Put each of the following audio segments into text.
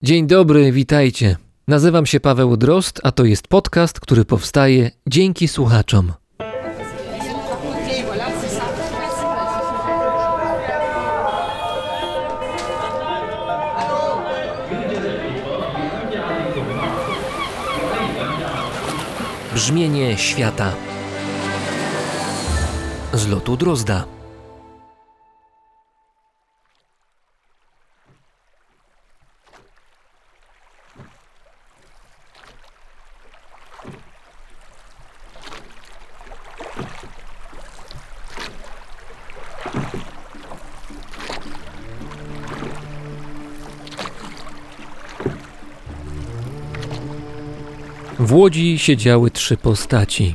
Dzień dobry, witajcie. Nazywam się Paweł Drozd, a to jest podcast, który powstaje dzięki słuchaczom. Brzmienie świata z lotu Drozda. W łodzi siedziały 3 postaci.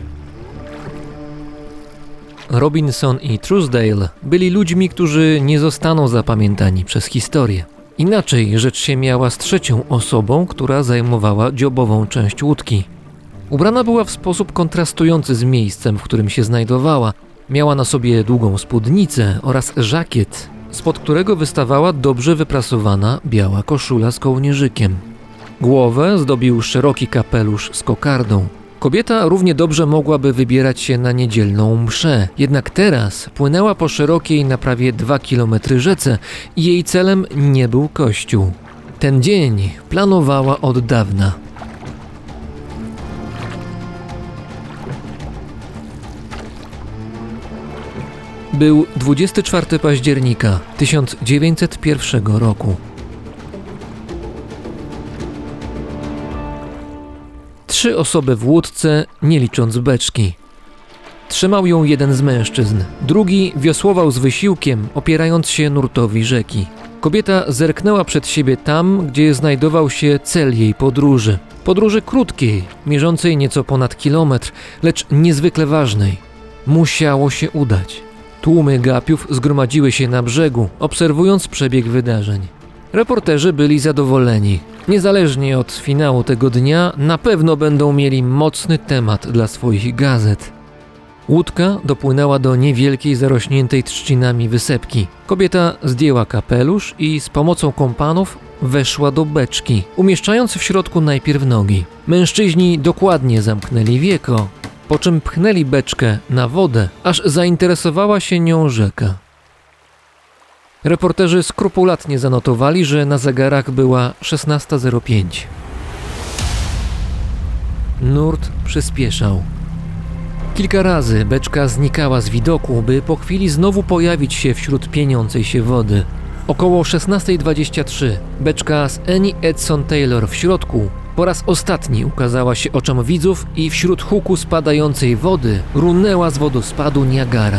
Robinson i Truesdale byli ludźmi, którzy nie zostaną zapamiętani przez historię. Inaczej rzecz się miała z 3. osobą, która zajmowała dziobową część łódki. Ubrana była w sposób kontrastujący z miejscem, w którym się znajdowała. Miała na sobie długą spódnicę oraz żakiet, spod którego wystawała dobrze wyprasowana biała koszula z kołnierzykiem. Głowę zdobił szeroki kapelusz z kokardą. Kobieta równie dobrze mogłaby wybierać się na niedzielną mszę, jednak teraz płynęła po szerokiej na prawie 2 kilometry rzece i jej celem nie był kościół. Ten dzień planowała od dawna. Był 24 października 1901 roku. 3 osoby w łódce, nie licząc beczki. Trzymał ją jeden z mężczyzn, drugi wiosłował z wysiłkiem, opierając się nurtowi rzeki. Kobieta zerknęła przed siebie tam, gdzie znajdował się cel jej podróży. Podróży krótkiej, mierzącej nieco ponad kilometr, lecz niezwykle ważnej. Musiało się udać. Tłumy gapiów zgromadziły się na brzegu, obserwując przebieg wydarzeń. Reporterzy byli zadowoleni. Niezależnie od finału tego dnia, na pewno będą mieli mocny temat dla swoich gazet. Łódka dopłynęła do niewielkiej, zarośniętej trzcinami wysepki. Kobieta zdjęła kapelusz i z pomocą kompanów weszła do beczki, umieszczając w środku najpierw nogi. Mężczyźni dokładnie zamknęli wieko, po czym pchnęli beczkę na wodę, aż zainteresowała się nią rzeka. Reporterzy skrupulatnie zanotowali, że na zegarach była 16:05. Nurt przyspieszał. Kilka razy beczka znikała z widoku, by po chwili znowu pojawić się wśród pieniącej się wody. Około 16:23 beczka z Annie Edson Taylor w środku po raz ostatni ukazała się oczom widzów i wśród huku spadającej wody runęła z wodospadu Niagara.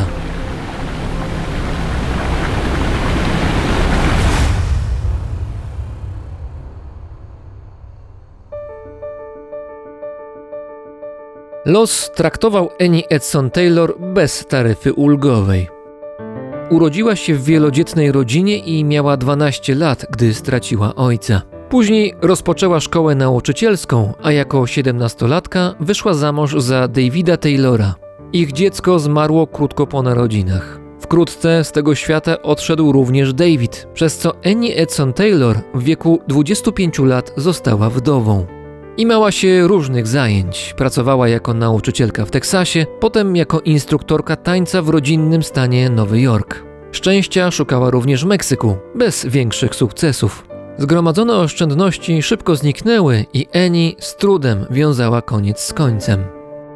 Los traktował Annie Edson Taylor bez taryfy ulgowej. Urodziła się w wielodzietnej rodzinie i miała 12 lat, gdy straciła ojca. Później rozpoczęła szkołę nauczycielską, a jako 17-latka wyszła za mąż za Davida Taylora. Ich dziecko zmarło krótko po narodzinach. Wkrótce z tego świata odszedł również David, przez co Annie Edson Taylor w wieku 25 lat została wdową. Imała się różnych zajęć. Pracowała jako nauczycielka w Teksasie, potem jako instruktorka tańca w rodzinnym stanie Nowy Jork. Szczęścia szukała również w Meksyku, bez większych sukcesów. Zgromadzone oszczędności szybko zniknęły i Annie z trudem wiązała koniec z końcem.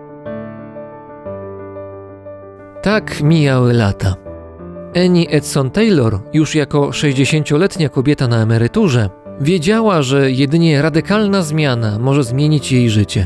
Tak mijały lata. Annie Edson Taylor, już jako 60-letnia kobieta na emeryturze, wiedziała, że jedynie radykalna zmiana może zmienić jej życie.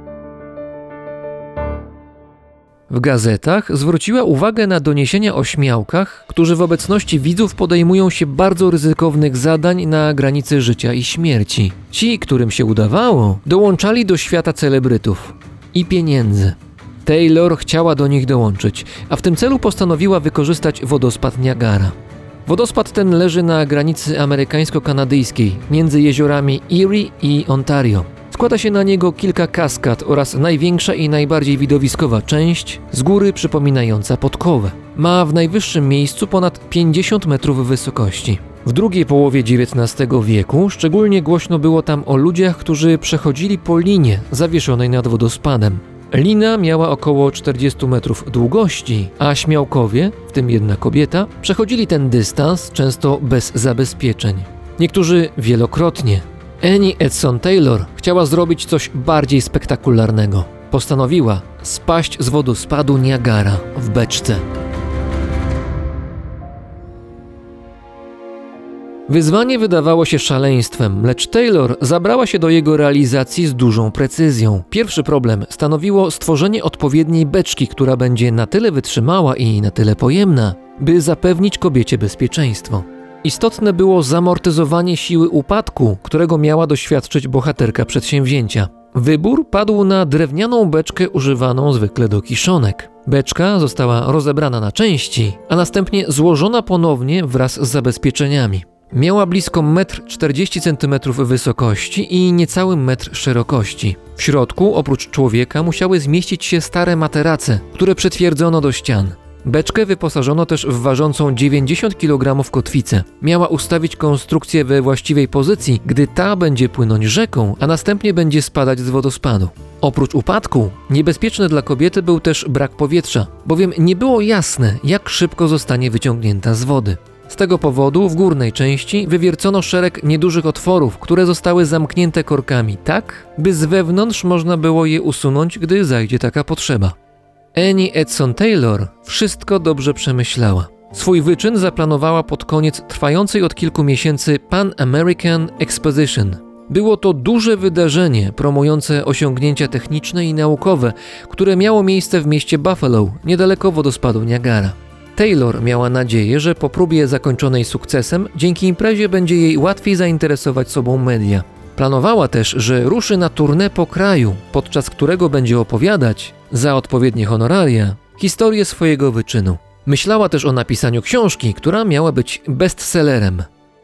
W gazetach zwróciła uwagę na doniesienia o śmiałkach, którzy w obecności widzów podejmują się bardzo ryzykownych zadań na granicy życia i śmierci. Ci, którym się udawało, dołączali do świata celebrytów i pieniędzy. Taylor chciała do nich dołączyć, a w tym celu postanowiła wykorzystać wodospad Niagara. Wodospad ten leży na granicy amerykańsko-kanadyjskiej, między jeziorami Erie i Ontario. Składa się na niego kilka kaskad oraz największa i najbardziej widowiskowa część, z góry przypominająca podkowę. Ma w najwyższym miejscu ponad 50 metrów wysokości. W drugiej połowie XIX wieku szczególnie głośno było tam o ludziach, którzy przechodzili po linie zawieszonej nad wodospadem. Lina miała około 40 metrów długości, a śmiałkowie, w tym jedna kobieta, przechodzili ten dystans często bez zabezpieczeń. Niektórzy wielokrotnie. Annie Edson Taylor chciała zrobić coś bardziej spektakularnego. Postanowiła spaść z wodospadu Niagara w beczce. Wyzwanie wydawało się szaleństwem, lecz Taylor zabrała się do jego realizacji z dużą precyzją. Pierwszy problem stanowiło stworzenie odpowiedniej beczki, która będzie na tyle wytrzymała i na tyle pojemna, by zapewnić kobiecie bezpieczeństwo. Istotne było zamortyzowanie siły upadku, którego miała doświadczyć bohaterka przedsięwzięcia. Wybór padł na drewnianą beczkę używaną zwykle do kiszonek. Beczka została rozebrana na części, a następnie złożona ponownie wraz z zabezpieczeniami. Miała blisko 1,40 m wysokości i niecały metr szerokości. W środku, oprócz człowieka, musiały zmieścić się stare materace, które przytwierdzono do ścian. Beczkę wyposażono też w ważącą 90 kg kotwicę. Miała ustawić konstrukcję we właściwej pozycji, gdy ta będzie płynąć rzeką, a następnie będzie spadać z wodospadu. Oprócz upadku, niebezpieczny dla kobiety był też brak powietrza, bowiem nie było jasne, jak szybko zostanie wyciągnięta z wody. Z tego powodu w górnej części wywiercono szereg niedużych otworów, które zostały zamknięte korkami tak, by z wewnątrz można było je usunąć, gdy zajdzie taka potrzeba. Annie Edson Taylor wszystko dobrze przemyślała. Swój wyczyn zaplanowała pod koniec trwającej od kilku miesięcy Pan American Exposition. Było to duże wydarzenie promujące osiągnięcia techniczne i naukowe, które miało miejsce w mieście Buffalo, niedaleko wodospadu Niagara. Taylor miała nadzieję, że po próbie zakończonej sukcesem, dzięki imprezie będzie jej łatwiej zainteresować sobą media. Planowała też, że ruszy na tournée po kraju, podczas którego będzie opowiadać, za odpowiednie honoraria, historię swojego wyczynu. Myślała też o napisaniu książki, która miała być bestsellerem.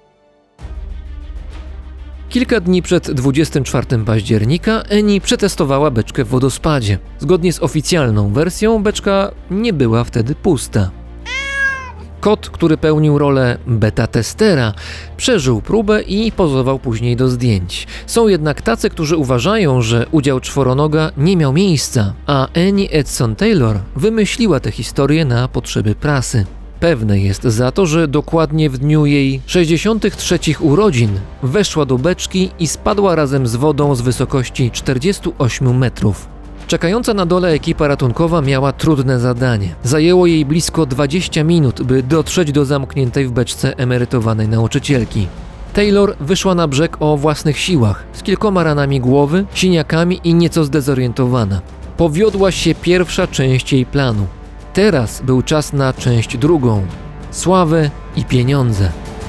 Kilka dni przed 24 października Annie przetestowała beczkę w wodospadzie. Zgodnie z oficjalną wersją beczka nie była wtedy pusta. Kot, który pełnił rolę beta-testera, przeżył próbę i pozował później do zdjęć. Są jednak tacy, którzy uważają, że udział czworonoga nie miał miejsca, a Annie Edson Taylor wymyśliła tę historię na potrzeby prasy. Pewne jest za to, że dokładnie w dniu jej 63 urodzin weszła do beczki i spadła razem z wodą z wysokości 48 metrów. Czekająca na dole ekipa ratunkowa miała trudne zadanie. Zajęło jej blisko 20 minut, by dotrzeć do zamkniętej w beczce emerytowanej nauczycielki. Taylor wyszła na brzeg o własnych siłach, z kilkoma ranami głowy, siniakami i nieco zdezorientowana. Powiodła się pierwsza część jej planu. Teraz był czas na część drugą – sławę i pieniądze.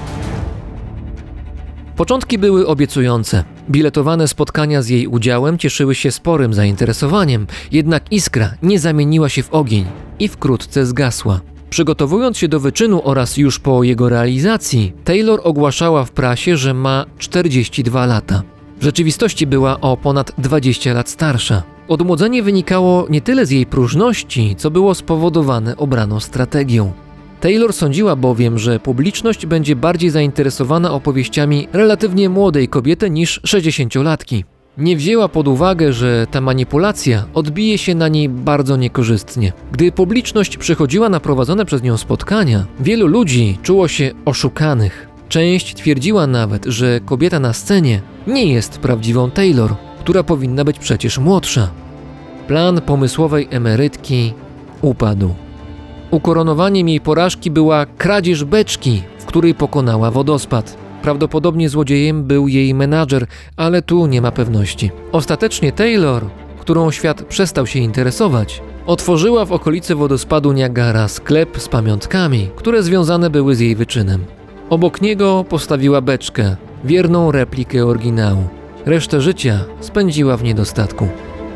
Początki były obiecujące. Biletowane spotkania z jej udziałem cieszyły się sporym zainteresowaniem, jednak iskra nie zamieniła się w ogień i wkrótce zgasła. Przygotowując się do wyczynu oraz już po jego realizacji, Taylor ogłaszała w prasie, że ma 42 lata. W rzeczywistości była o ponad 20 lat starsza. Odmłodzenie wynikało nie tyle z jej próżności, co było spowodowane obraną strategią. Taylor sądziła bowiem, że publiczność będzie bardziej zainteresowana opowieściami relatywnie młodej kobiety niż 60-latki. Nie wzięła pod uwagę, że ta manipulacja odbije się na niej bardzo niekorzystnie. Gdy publiczność przychodziła na prowadzone przez nią spotkania, wielu ludzi czuło się oszukanych. Część twierdziła nawet, że kobieta na scenie nie jest prawdziwą Taylor, która powinna być przecież młodsza. Plan pomysłowej emerytki upadł. Ukoronowaniem jej porażki była kradzież beczki, w której pokonała wodospad. Prawdopodobnie złodziejem był jej menadżer, ale tu nie ma pewności. Ostatecznie Taylor, którą świat przestał się interesować, otworzyła w okolicy wodospadu Niagara sklep z pamiątkami, które związane były z jej wyczynem. Obok niego postawiła beczkę, wierną replikę oryginału. Resztę życia spędziła w niedostatku.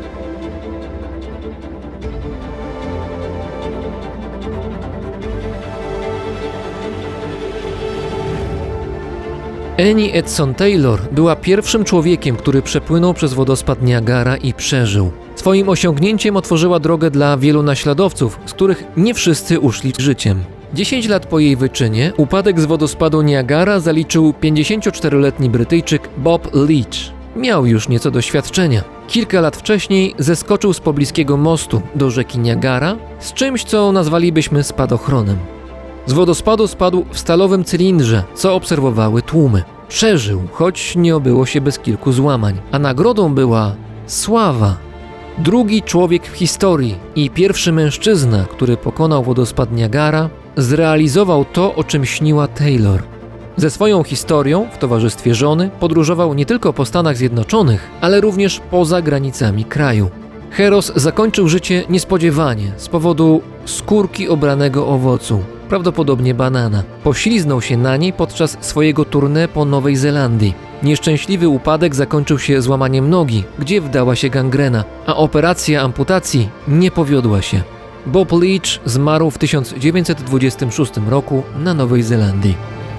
Annie Edson Taylor była pierwszym człowiekiem, który przepłynął przez wodospad Niagara i przeżył. Swoim osiągnięciem otworzyła drogę dla wielu naśladowców, z których nie wszyscy uszli życiem. 10 lat po jej wyczynie upadek z wodospadu Niagara zaliczył 54-letni Brytyjczyk Bob Leach. Miał już nieco doświadczenia. Kilka lat wcześniej zeskoczył z pobliskiego mostu do rzeki Niagara z czymś, co nazwalibyśmy spadochronem. Z wodospadu spadł w stalowym cylindrze, co obserwowały tłumy. Przeżył, choć nie obyło się bez kilku złamań, a nagrodą była sława. Drugi człowiek w historii i pierwszy mężczyzna, który pokonał wodospad Niagara, zrealizował to, o czym śniła Taylor. Ze swoją historią w towarzystwie żony podróżował nie tylko po Stanach Zjednoczonych, ale również poza granicami kraju. Heros zakończył życie niespodziewanie z powodu skórki obranego owocu, prawdopodobnie banana. Pośliznął się na niej podczas swojego tournée po Nowej Zelandii. Nieszczęśliwy upadek zakończył się złamaniem nogi, gdzie wdała się gangrena, a operacja amputacji nie powiodła się. Bob Leach zmarł w 1926 roku na Nowej Zelandii.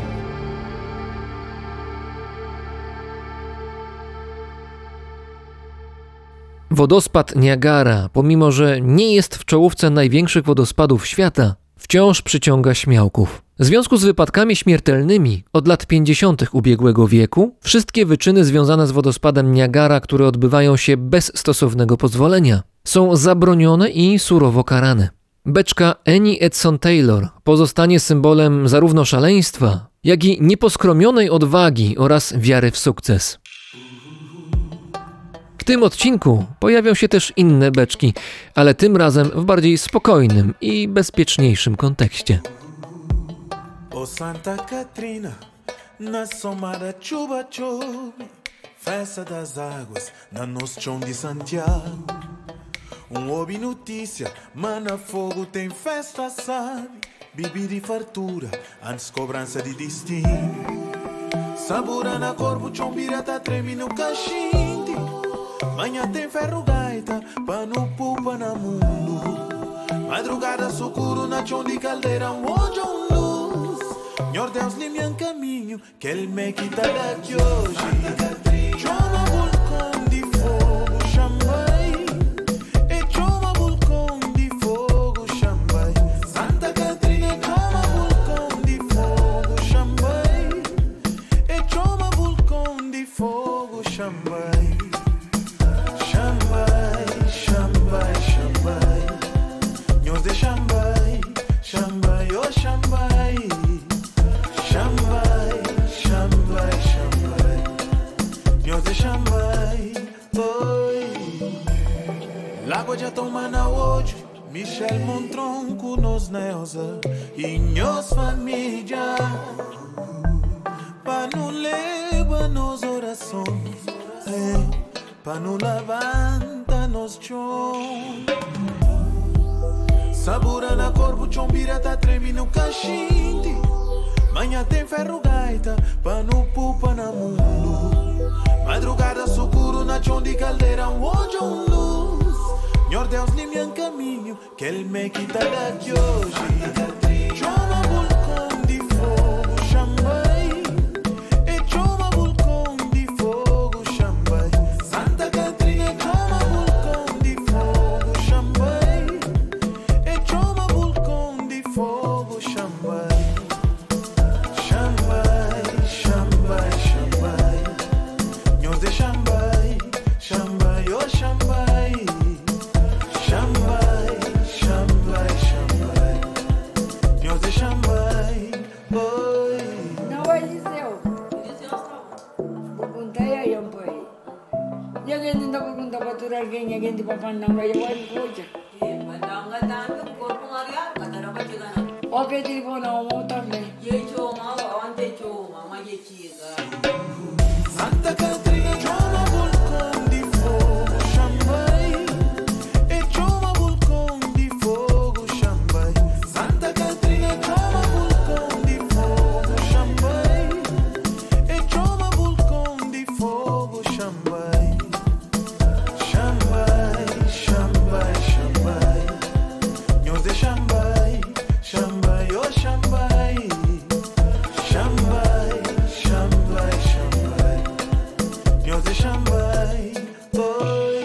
Wodospad Niagara, pomimo że nie jest w czołówce największych wodospadów świata, wciąż przyciąga śmiałków. W związku z wypadkami śmiertelnymi od lat 50. ubiegłego wieku, wszystkie wyczyny związane z wodospadem Niagara, które odbywają się bez stosownego pozwolenia, są zabronione i surowo karane. Beczka Annie Edson Taylor pozostanie symbolem zarówno szaleństwa, jak i nieposkromionej odwagi oraz wiary w sukces. W tym odcinku pojawią się też inne beczki, ale tym razem w bardziej spokojnym i bezpieczniejszym kontekście. O Santa Catrina, na soma da chuva chove, festa das águas, na nos chão de Santiago. Ouve notícia, mana fogo tem festa, sabe? Bebida e fartura, antes cobrança de destino. Sabura na corpo, chão pirata treme no cachimbo. Manhã tem ferro gaita, pano pupa na mundo. Madrugada sucuro na chão de caldeira, onde luz. Senhor Deus, limia caminho, que Ele me quita daqui hoje. Chama vulcão de fogo, chambai. E chama vulcão de fogo, chambai. Santa Catrina, chama vulcão de fogo, chambai. E chama vulcão de fogo, chambai. L'água já toma na hoje, Michel Montronco nos Neuza e nos família. Pa não leva nos orações, pa não levanta nos chão. Sabura na corpo, chão pirata treme no cachinte. Manhã tem ferro gaita, pano pupa na mundo. Madrugada sucuro na chão de caldeira, onde luz. Senhor Deus, limia caminho, que Ele me quita daqui hoje. Chama vulcão de fogo, chambai. E chama vulcão de fogo, chambai. Santa Catrina, chama vulcão de fogo, chambai. E chama vulcão de fogo, chambai. Chambai, chambai, chambai. Senhor de chambai, chambai, oh chambai. Chambai, chambai, chambai. Deus de chambai, oi. Não é Eliseu. Pupunta ya yung boy. Yang hindi na pupunta pa tural kanya hindi pa panang bayawan ko dyan. Madang-madang yung korpo nga riyan, kadara pa siya na. Okay, telepono ako mo tabi. Ye choma, wawante choma, maye chiga. Santa Catrina, chama vulcão de fogo, chambai. E chama vulcão de fogo, chambai. Santa Catrina, chama vulcão de fogo, chambai. E chama vulcão de fogo, chambai. Chambai, chambai, chambai. Deus de chambai, chambai, oh chambai. Chambai, chambai, chambai. Deus de chambai, oi.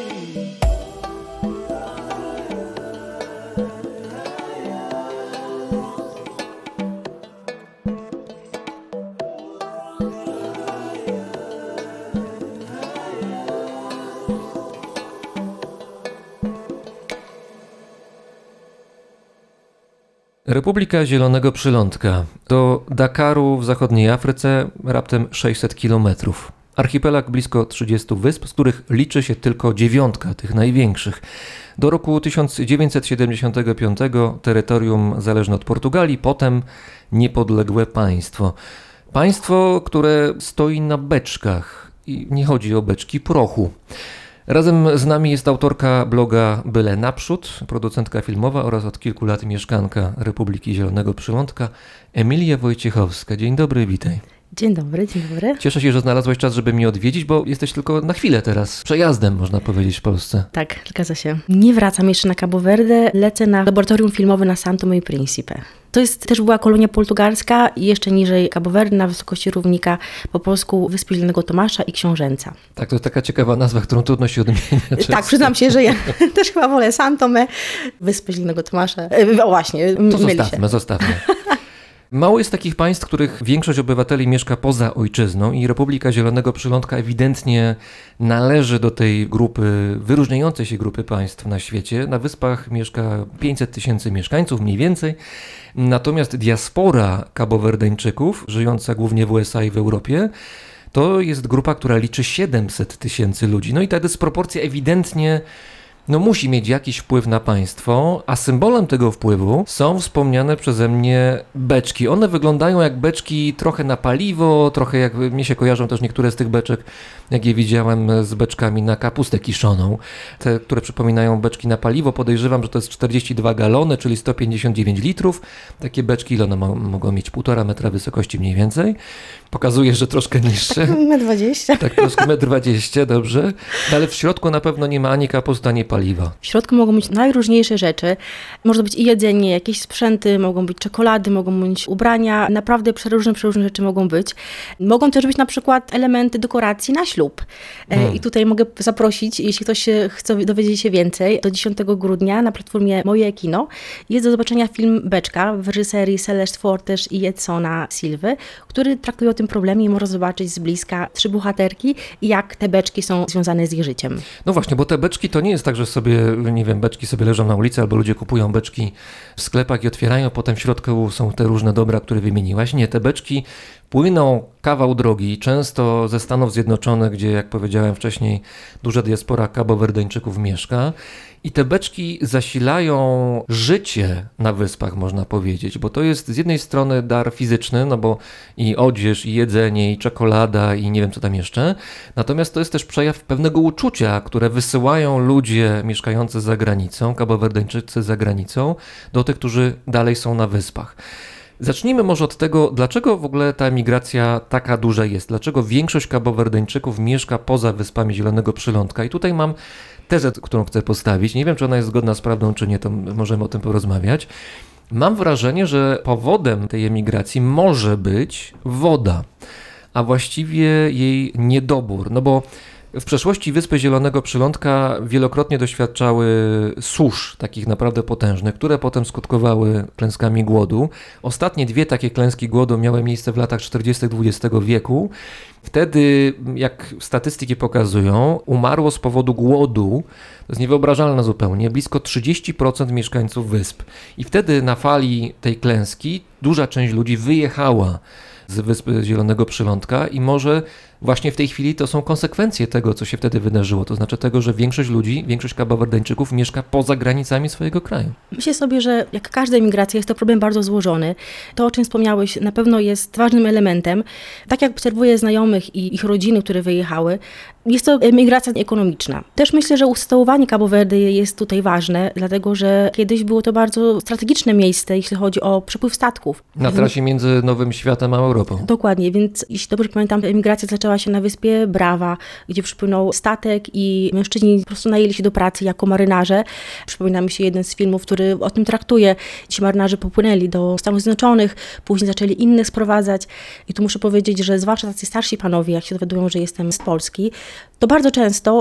Republika Zielonego Przylądka. Do Dakaru w zachodniej Afryce raptem 600 kilometrów. Archipelag blisko 30 wysp, z których liczy się tylko 9 tych największych. Do roku 1975 terytorium zależne od Portugalii, potem niepodległe państwo. Państwo, które stoi na beczkach i nie chodzi o beczki prochu. Razem z nami jest autorka bloga Byle Naprzód, producentka filmowa oraz od kilku lat mieszkanka Republiki Zielonego Przylądka, Emilia Wojciechowska. Dzień dobry, witaj. Dzień dobry, dzień dobry. Cieszę się, że znalazłaś czas, żeby mnie odwiedzić, bo jesteś tylko na chwilę teraz przejazdem, można powiedzieć, w Polsce. Tak, zgadza się. Nie wracam jeszcze na Cabo Verde, lecę na laboratorium filmowe na Santo Tomé i Príncipe. To też była kolonia portugalska i jeszcze niżej Cabo Verde, na wysokości równika, po polsku Wyspy Zielonego Tomasza i Książęca. Tak, to jest taka ciekawa nazwa, którą trudno się odmieniać. Tak, przyznam się, że ja też chyba wolę Santo Tomé, Wyspy Zielonego Tomasza. O właśnie, To myli się. zostawmy. Mało jest takich państw, w których większość obywateli mieszka poza ojczyzną i Republika Zielonego Przylądka ewidentnie należy do tej grupy, wyróżniającej się grupy państw na świecie. Na wyspach mieszka 500 000 mieszkańców, mniej więcej. Natomiast diaspora kabowerdeńczyków, żyjąca głównie w USA i w Europie, to jest grupa, która liczy 700 000 ludzi. No i ta dysproporcja ewidentnie musi mieć jakiś wpływ na państwo, a symbolem tego wpływu są wspomniane przeze mnie beczki. One wyglądają jak beczki trochę na paliwo, trochę jak mnie się kojarzą też niektóre z tych beczek, jak je widziałem z beczkami na kapustę kiszoną. Te, które przypominają beczki na paliwo, podejrzewam, że to jest 42 galony, czyli 159 litrów. Takie beczki, ile one mogą mieć? 1,5 metra wysokości mniej więcej. Pokazuje, że troszkę niższe. Tak, 1,20 m. Tak, troszkę 1,20 m, dobrze. No, ale w środku na pewno nie ma ani kapusta, ani paliwa. W środku mogą być najróżniejsze rzeczy. Może być i jedzenie, jakieś sprzęty, mogą być czekolady, mogą być ubrania. Naprawdę przeróżne rzeczy mogą być. Mogą też być na przykład elementy dekoracji na ślub. I tutaj mogę zaprosić, jeśli ktoś chce dowiedzieć się więcej, do 10 grudnia na platformie Moje Kino jest do zobaczenia film Beczka w reżyserii Celeste Fortes i Edsona Silwy, który traktuje o tym problemie i można zobaczyć z bliska 3 bohaterki i jak te beczki są związane z ich życiem. No właśnie, bo te beczki to nie jest tak, że sobie, nie wiem, beczki sobie leżą na ulicy albo ludzie kupują beczki w sklepach i otwierają, potem w środku są te różne dobra, które wymieniłaś. Nie, te beczki płyną kawał drogi, często ze Stanów Zjednoczonych, gdzie, jak powiedziałem wcześniej, duża diaspora kabowerdeńczyków mieszka. I te beczki zasilają życie na wyspach, można powiedzieć, bo to jest z jednej strony dar fizyczny, no bo i odzież, i jedzenie, i czekolada, i nie wiem co tam jeszcze. Natomiast to jest też przejaw pewnego uczucia, które wysyłają ludzie mieszkający za granicą, kabowerdeńczycy za granicą, do tych, którzy dalej są na wyspach. Zacznijmy może od tego, dlaczego w ogóle ta migracja taka duża jest, dlaczego większość kabowerdeńczyków mieszka poza Wyspami Zielonego Przylądka. I tutaj mam tezę, którą chcę postawić. Nie wiem, czy ona jest zgodna z prawdą, czy nie, to możemy o tym porozmawiać. Mam wrażenie, że powodem tej emigracji może być woda, a właściwie jej niedobór, no bo w przeszłości Wyspy Zielonego Przylądka wielokrotnie doświadczały susz takich naprawdę potężnych, które potem skutkowały klęskami głodu. Ostatnie 2 takie klęski głodu miały miejsce w latach 40. XX wieku. Wtedy, jak statystyki pokazują, umarło z powodu głodu, to jest niewyobrażalne zupełnie, blisko 30% mieszkańców wysp. I wtedy na fali tej klęski duża część ludzi wyjechała z Wyspy Zielonego Przylądka i może właśnie w tej chwili to są konsekwencje tego, co się wtedy wydarzyło. To znaczy tego, że większość ludzi, większość kabowerdeńczyków mieszka poza granicami swojego kraju. Myślę sobie, że jak każda emigracja jest to problem bardzo złożony. To, o czym wspomniałeś, na pewno jest ważnym elementem. Tak jak obserwuję znajomych i ich rodziny, które wyjechały, jest to emigracja ekonomiczna. Też myślę, że ustałowanie Cabo Verde jest tutaj ważne, dlatego że kiedyś było to bardzo strategiczne miejsce, jeśli chodzi o przepływ statków. Na trasie między Nowym Światem a Europą. Dokładnie, więc jeśli dobrze pamiętam, emigracja zaczęła się na wyspie Brawa, gdzie przypłynął statek i mężczyźni po prostu najęli się do pracy jako marynarze. Przypomina mi się jeden z filmów, który o tym traktuje. Ci marynarze popłynęli do Stanów Zjednoczonych, później zaczęli innych sprowadzać. I tu muszę powiedzieć, że zwłaszcza tacy starsi panowie, jak się dowiadują, że jestem z Polski, to bardzo często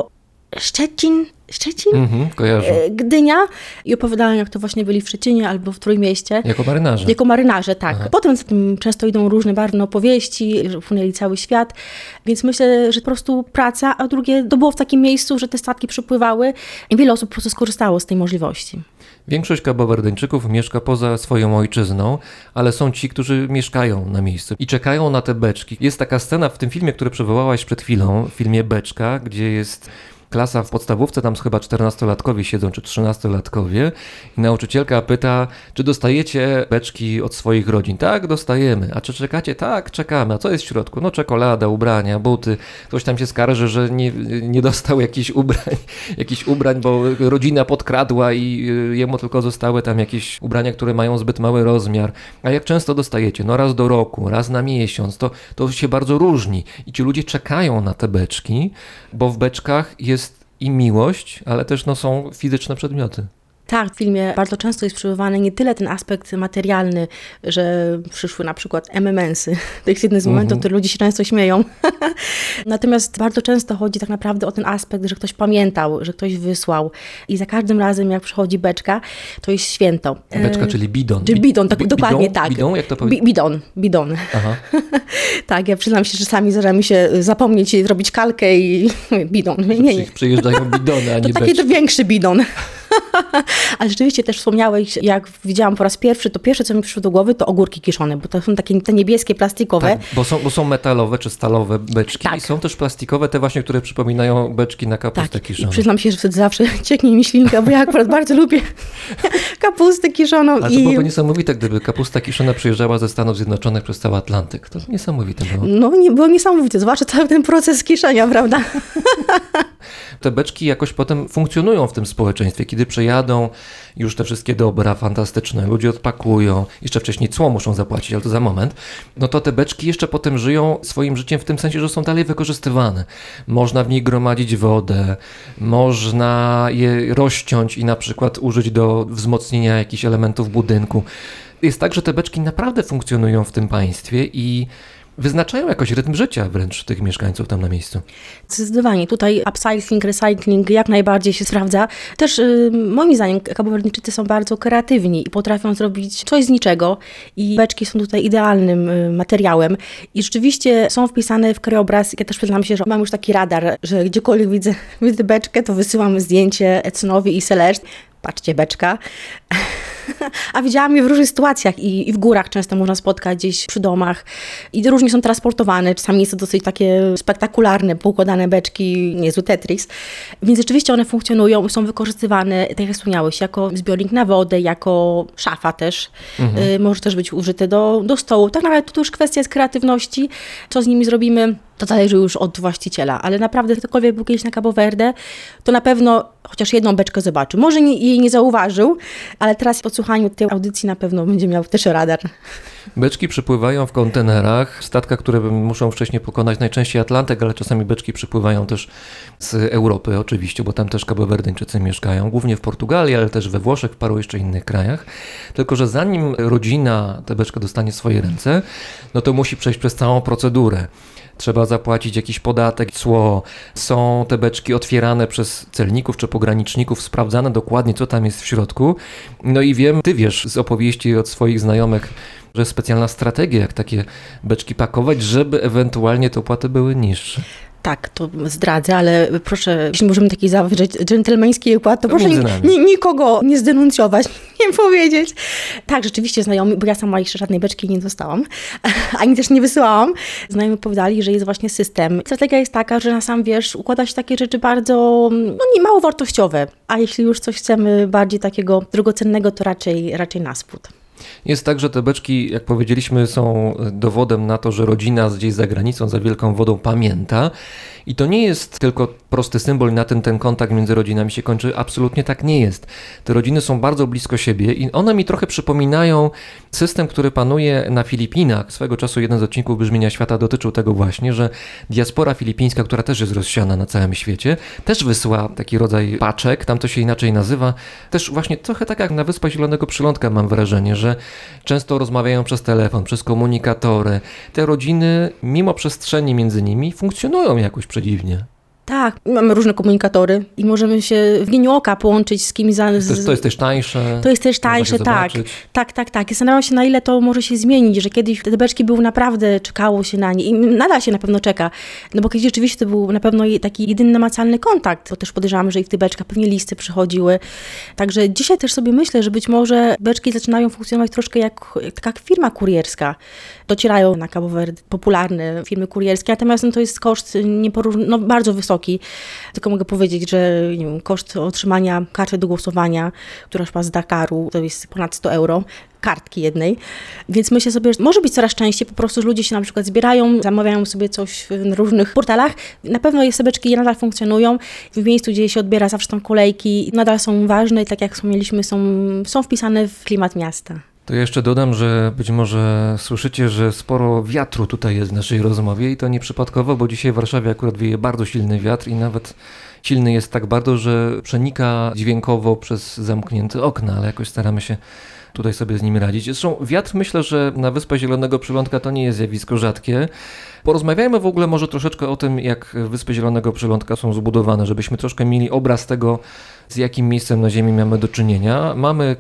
Szczecin? Kojarzę. Gdynia i opowiadałem, jak to właśnie byli w Szczecinie albo w Trójmieście. Jako marynarze. Jako marynarze, tak. Aha. Potem za tym często idą różne barwne opowieści, że płynęli cały świat, więc myślę, że po prostu praca, a drugie, to było w takim miejscu, że te statki przypływały i wiele osób po prostu skorzystało z tej możliwości. Większość Kabowerdyńczyków mieszka poza swoją ojczyzną, ale są ci, którzy mieszkają na miejscu i czekają na te beczki. Jest taka scena w tym filmie, który przywołałaś przed chwilą, w filmie Beczka, gdzie jest klasa w podstawówce, tam chyba 14-latkowie siedzą, czy 13-latkowie i nauczycielka pyta, czy dostajecie beczki od swoich rodzin? Tak, dostajemy. A czy czekacie? Tak, czekamy. A co jest w środku? No czekolada, ubrania, buty. Ktoś tam się skarży, że nie dostał jakichś ubrań, bo rodzina podkradła i jemu tylko zostały tam jakieś ubrania, które mają zbyt mały rozmiar. A jak często dostajecie? No raz do roku, raz na miesiąc. To się bardzo różni. I ci ludzie czekają na te beczki, bo w beczkach jest i miłość, ale też są fizyczne przedmioty. Tak, w filmie bardzo często jest przywoływany nie tyle ten aspekt materialny, że przyszły na przykład MMS-y. To jest jeden z momentów, który ludzie się często śmieją. Natomiast bardzo często chodzi tak naprawdę o ten aspekt, że ktoś pamiętał, że ktoś wysłał i za każdym razem jak przychodzi beczka, to jest święto. Beczka, czyli bidon. Czyli bidon, tak, dokładnie tak. Bidon, jak to powiedzieć? Bidon. Aha. Tak, ja przyznam się, że czasami zdarza mi się zapomnieć i zrobić kalkę i bidon. Nie. Przyjeżdżają bidony, a nie to beczki. taki to większy bidon. Ale rzeczywiście też wspomniałeś, jak widziałam po raz pierwszy, to pierwsze, co mi przyszło do głowy, to ogórki kiszone, bo to są takie te niebieskie, plastikowe. Tak, bo są metalowe czy stalowe beczki tak. I są też plastikowe, te właśnie, które przypominają beczki na kapustę kiszoną. I przyznam się, że wtedy zawsze cieknie mi ślinka, bo ja akurat bardzo lubię kapustę kiszoną. Ale to byłoby niesamowite, gdyby kapusta kiszona przyjeżdżała ze Stanów Zjednoczonych przez cały Atlantyk. To niesamowite było. No, było niesamowite, zwłaszcza cały ten proces kiszenia, prawda? Te beczki jakoś potem funkcjonują w tym społeczeństwie, kiedy przejadą już te wszystkie dobra fantastyczne, ludzie odpakują, jeszcze wcześniej cło muszą zapłacić, ale to za moment, no to te beczki jeszcze potem żyją swoim życiem w tym sensie, że są dalej wykorzystywane. Można w nich gromadzić wodę, można je rozciąć i na przykład użyć do wzmocnienia jakichś elementów budynku. Jest tak, że te beczki naprawdę funkcjonują w tym państwie i wyznaczają jakoś rytm życia wręcz tych mieszkańców tam na miejscu. Zdecydowanie. Tutaj upcycling, recycling jak najbardziej się sprawdza. Też moim zdaniem Kabowerdyjczycy są bardzo kreatywni i potrafią zrobić coś z niczego i beczki są tutaj idealnym materiałem i rzeczywiście są wpisane w krajobraz. Ja też przyznam się, że mam już taki radar, że gdziekolwiek widzę beczkę, to wysyłam zdjęcie Edsonowi i Celeste. Patrzcie, beczka. A widziałam je w różnych sytuacjach i w górach często można spotkać gdzieś przy domach i różnie są transportowane. Czasami jest to dosyć takie spektakularne, poukładane beczki, niezły Tetris. Więc rzeczywiście one funkcjonują i są wykorzystywane, tak jak wspomniałeś, jako zbiornik na wodę, jako szafa też. Może też być użyte do stołu. Tak naprawdę to już kwestia jest kreatywności. Co z nimi zrobimy, to zależy już od właściciela. Ale naprawdę ktokolwiek był kiedyś na Cabo Verde, to na pewno chociaż jedną beczkę zobaczył. Może jej nie zauważył, ale teraz po słuchaniu tej audycji na pewno będzie miał też radar. Beczki przypływają w kontenerach, statkach, które muszą wcześniej pokonać najczęściej Atlantyk, ale czasami beczki przypływają też z Europy oczywiście, bo tam też Kabowerdyńczycy mieszkają, głównie w Portugalii, ale też we Włoszech, w paru jeszcze innych krajach. Tylko że zanim rodzina tę beczkę dostanie w swoje ręce, no to musi przejść przez całą procedurę. Trzeba zapłacić jakiś podatek, cło. Są te beczki otwierane przez celników czy pograniczników, sprawdzane dokładnie, co tam jest w środku. No i ty wiesz z opowieści od swoich znajomych, że jest specjalna strategia, jak takie beczki pakować, żeby ewentualnie te opłaty były niższe. Tak, to zdradzę, ale proszę, jeśli możemy taki zawrzeć dżentelmeński układ, to proszę nikogo nie zdenuncjować, nie powiedzieć. Tak, rzeczywiście znajomi, bo ja sama jeszcze żadnej beczki nie dostałam, ani też nie wysyłałam. Znajomi opowiadali, że jest właśnie system. Strategia jest taka, że na sam wierzch układa się takie rzeczy bardzo, nie mało wartościowe, a jeśli już coś chcemy bardziej takiego drogocennego, to raczej na spód. Jest tak, że te beczki, jak powiedzieliśmy, są dowodem na to, że rodzina gdzieś za granicą, za wielką wodą pamięta. I to nie jest tylko prosty symbol, na tym ten kontakt między rodzinami się kończy. Absolutnie tak nie jest. Te rodziny są bardzo blisko siebie i one mi trochę przypominają system, który panuje na Filipinach. Swego czasu jeden z odcinków Brzmienia Świata dotyczył tego właśnie, że diaspora filipińska, która też jest rozsiana na całym świecie, też wysyła taki rodzaj paczek, tam to się inaczej nazywa. Też właśnie trochę tak jak na Wyspach Zielonego Przylądka mam wrażenie, że często rozmawiają przez telefon, przez komunikatory. Te rodziny, mimo przestrzeni między nimi, funkcjonują jakoś przedziwnie. Tak, mamy różne komunikatory i możemy się w mgnieniu oka połączyć z kimś. To jest też tańsze. To jest też tańsze, tak. Tak. Zastanawiam się, na ile to może się zmienić, że kiedyś te beczki były naprawdę, czekało się na nie i nadal się na pewno czeka, no bo kiedyś rzeczywiście to był na pewno taki jedyny namacalny kontakt, bo też podejrzewam, że i w tych beczkach pewnie listy przychodziły. Także dzisiaj też sobie myślę, że być może beczki zaczynają funkcjonować troszkę jak taka firma kurierska. Docierają na Cabo Verde popularne firmy kurierskie, natomiast to jest koszt bardzo wysoki. Tylko mogę powiedzieć, że nie wiem, koszt otrzymania karty do głosowania, która szła z Dakaru, to jest ponad 100 euro. Kartki jednej, więc myślę sobie, że może być coraz częściej, po prostu że ludzie się na przykład zbierają, zamawiają sobie coś na różnych portalach. Na pewno beczki nadal funkcjonują, w miejscu, gdzie się odbiera, zawsze są kolejki, nadal są ważne i tak jak wspomnieliśmy, są wpisane w klimat miasta. To ja jeszcze dodam, że być może słyszycie, że sporo wiatru tutaj jest w naszej rozmowie i to nieprzypadkowo, bo dzisiaj w Warszawie akurat wieje bardzo silny wiatr i nawet silny jest tak bardzo, że przenika dźwiękowo przez zamknięte okna, ale jakoś staramy się tutaj sobie z nimi radzić. Zresztą wiatr, myślę, że na Wyspach Zielonego Przylądka to nie jest zjawisko rzadkie. Porozmawiajmy w ogóle może troszeczkę o tym, jak Wyspy Zielonego Przylądka są zbudowane, żebyśmy troszkę mieli obraz tego, z jakim miejscem na Ziemi mamy do czynienia. Mamy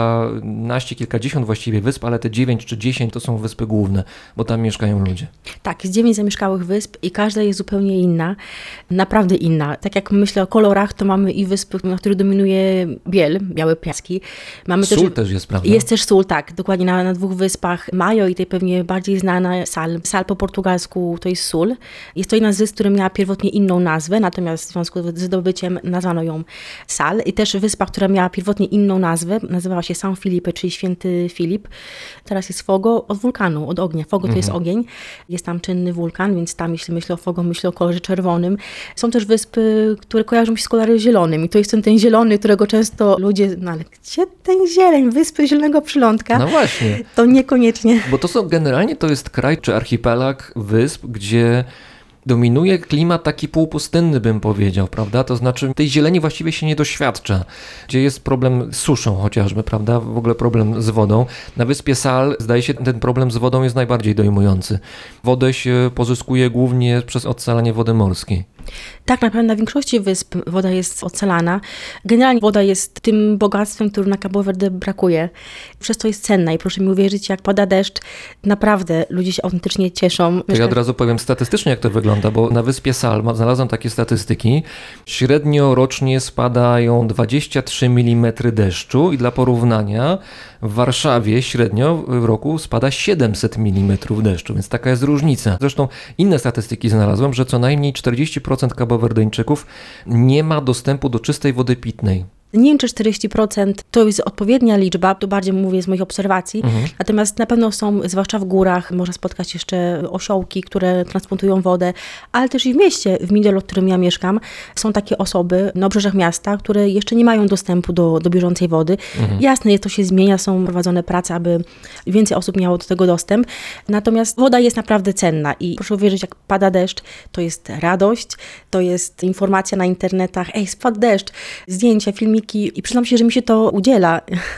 kilkadziesiąt właściwie wysp, ale te 9 czy 10 to są wyspy główne, bo tam mieszkają ludzie. Tak, jest 9 zamieszkałych wysp i każda jest zupełnie inna, naprawdę inna. Tak jak myślę o kolorach, to mamy i wyspy, na których dominuje biel, białe piaski. Mamy sól też jest, prawda? Jest też sól, tak, dokładnie na 2 wyspach. Majo i tej pewnie bardziej znana Sal. Sal po portugalsku to jest sól. Jest to jedna z wysp, która miała pierwotnie inną nazwę, natomiast w związku z zdobyciem nazwano ją Sal. I też wyspa, która miała pierwotnie inną nazwę, nazywała się São Filipe, czyli Święty Filip. Teraz jest Fogo od wulkanu, od ognia. Fogo to jest ogień. Jest tam czynny wulkan, więc tam, jeśli myślę o Fogo, myślę o kolorze czerwonym. Są też wyspy, które kojarzą się z kolorem zielonym. I to jest ten zielony, którego często ludzie, no ale gdzie ten zieleń? Wyspy Zielonego Przylądka? No właśnie. To niekoniecznie. Bo generalnie to jest kraj czy archipelag wysp, gdzie dominuje klimat taki półpustynny, bym powiedział, prawda? To znaczy tej zieleni właściwie się nie doświadcza, gdzie jest problem z suszą chociażby, prawda? W ogóle problem z wodą. Na wyspie Sal, zdaje się, ten problem z wodą jest najbardziej dojmujący. Wodę się pozyskuje głównie przez odsalanie wody morskiej. Tak, naprawdę na większości wysp woda jest ocalana. Generalnie woda jest tym bogactwem, którym na Cabo Verde brakuje. Przez to jest cenna i proszę mi uwierzyć, jak pada deszcz, naprawdę ludzie się autentycznie cieszą. To ja od razu powiem statystycznie, jak to wygląda, bo na wyspie Sal znalazłem takie statystyki. Średnio rocznie spadają 23 mm deszczu i dla porównania w Warszawie średnio w roku spada 700 mm deszczu, więc taka jest różnica. Zresztą inne statystyki znalazłem, że co najmniej 40% kabowerdyjczyków nie ma dostępu do czystej wody pitnej. Nie wiem, czy 40% to jest odpowiednia liczba, to bardziej mówię z moich obserwacji, natomiast na pewno są, zwłaszcza w górach, można spotkać jeszcze osiołki, które transportują wodę, ale też i w mieście, w Mindelo, w którym ja mieszkam, są takie osoby na obrzeżach miasta, które jeszcze nie mają dostępu do bieżącej wody. Jasne, to się zmienia, są prowadzone prace, aby więcej osób miało do tego dostęp, natomiast woda jest naprawdę cenna i proszę uwierzyć, jak pada deszcz, to jest radość, to jest informacja na internetach, spadł deszcz, zdjęcia, filmiki, i przyznam się, że mi się to udziela.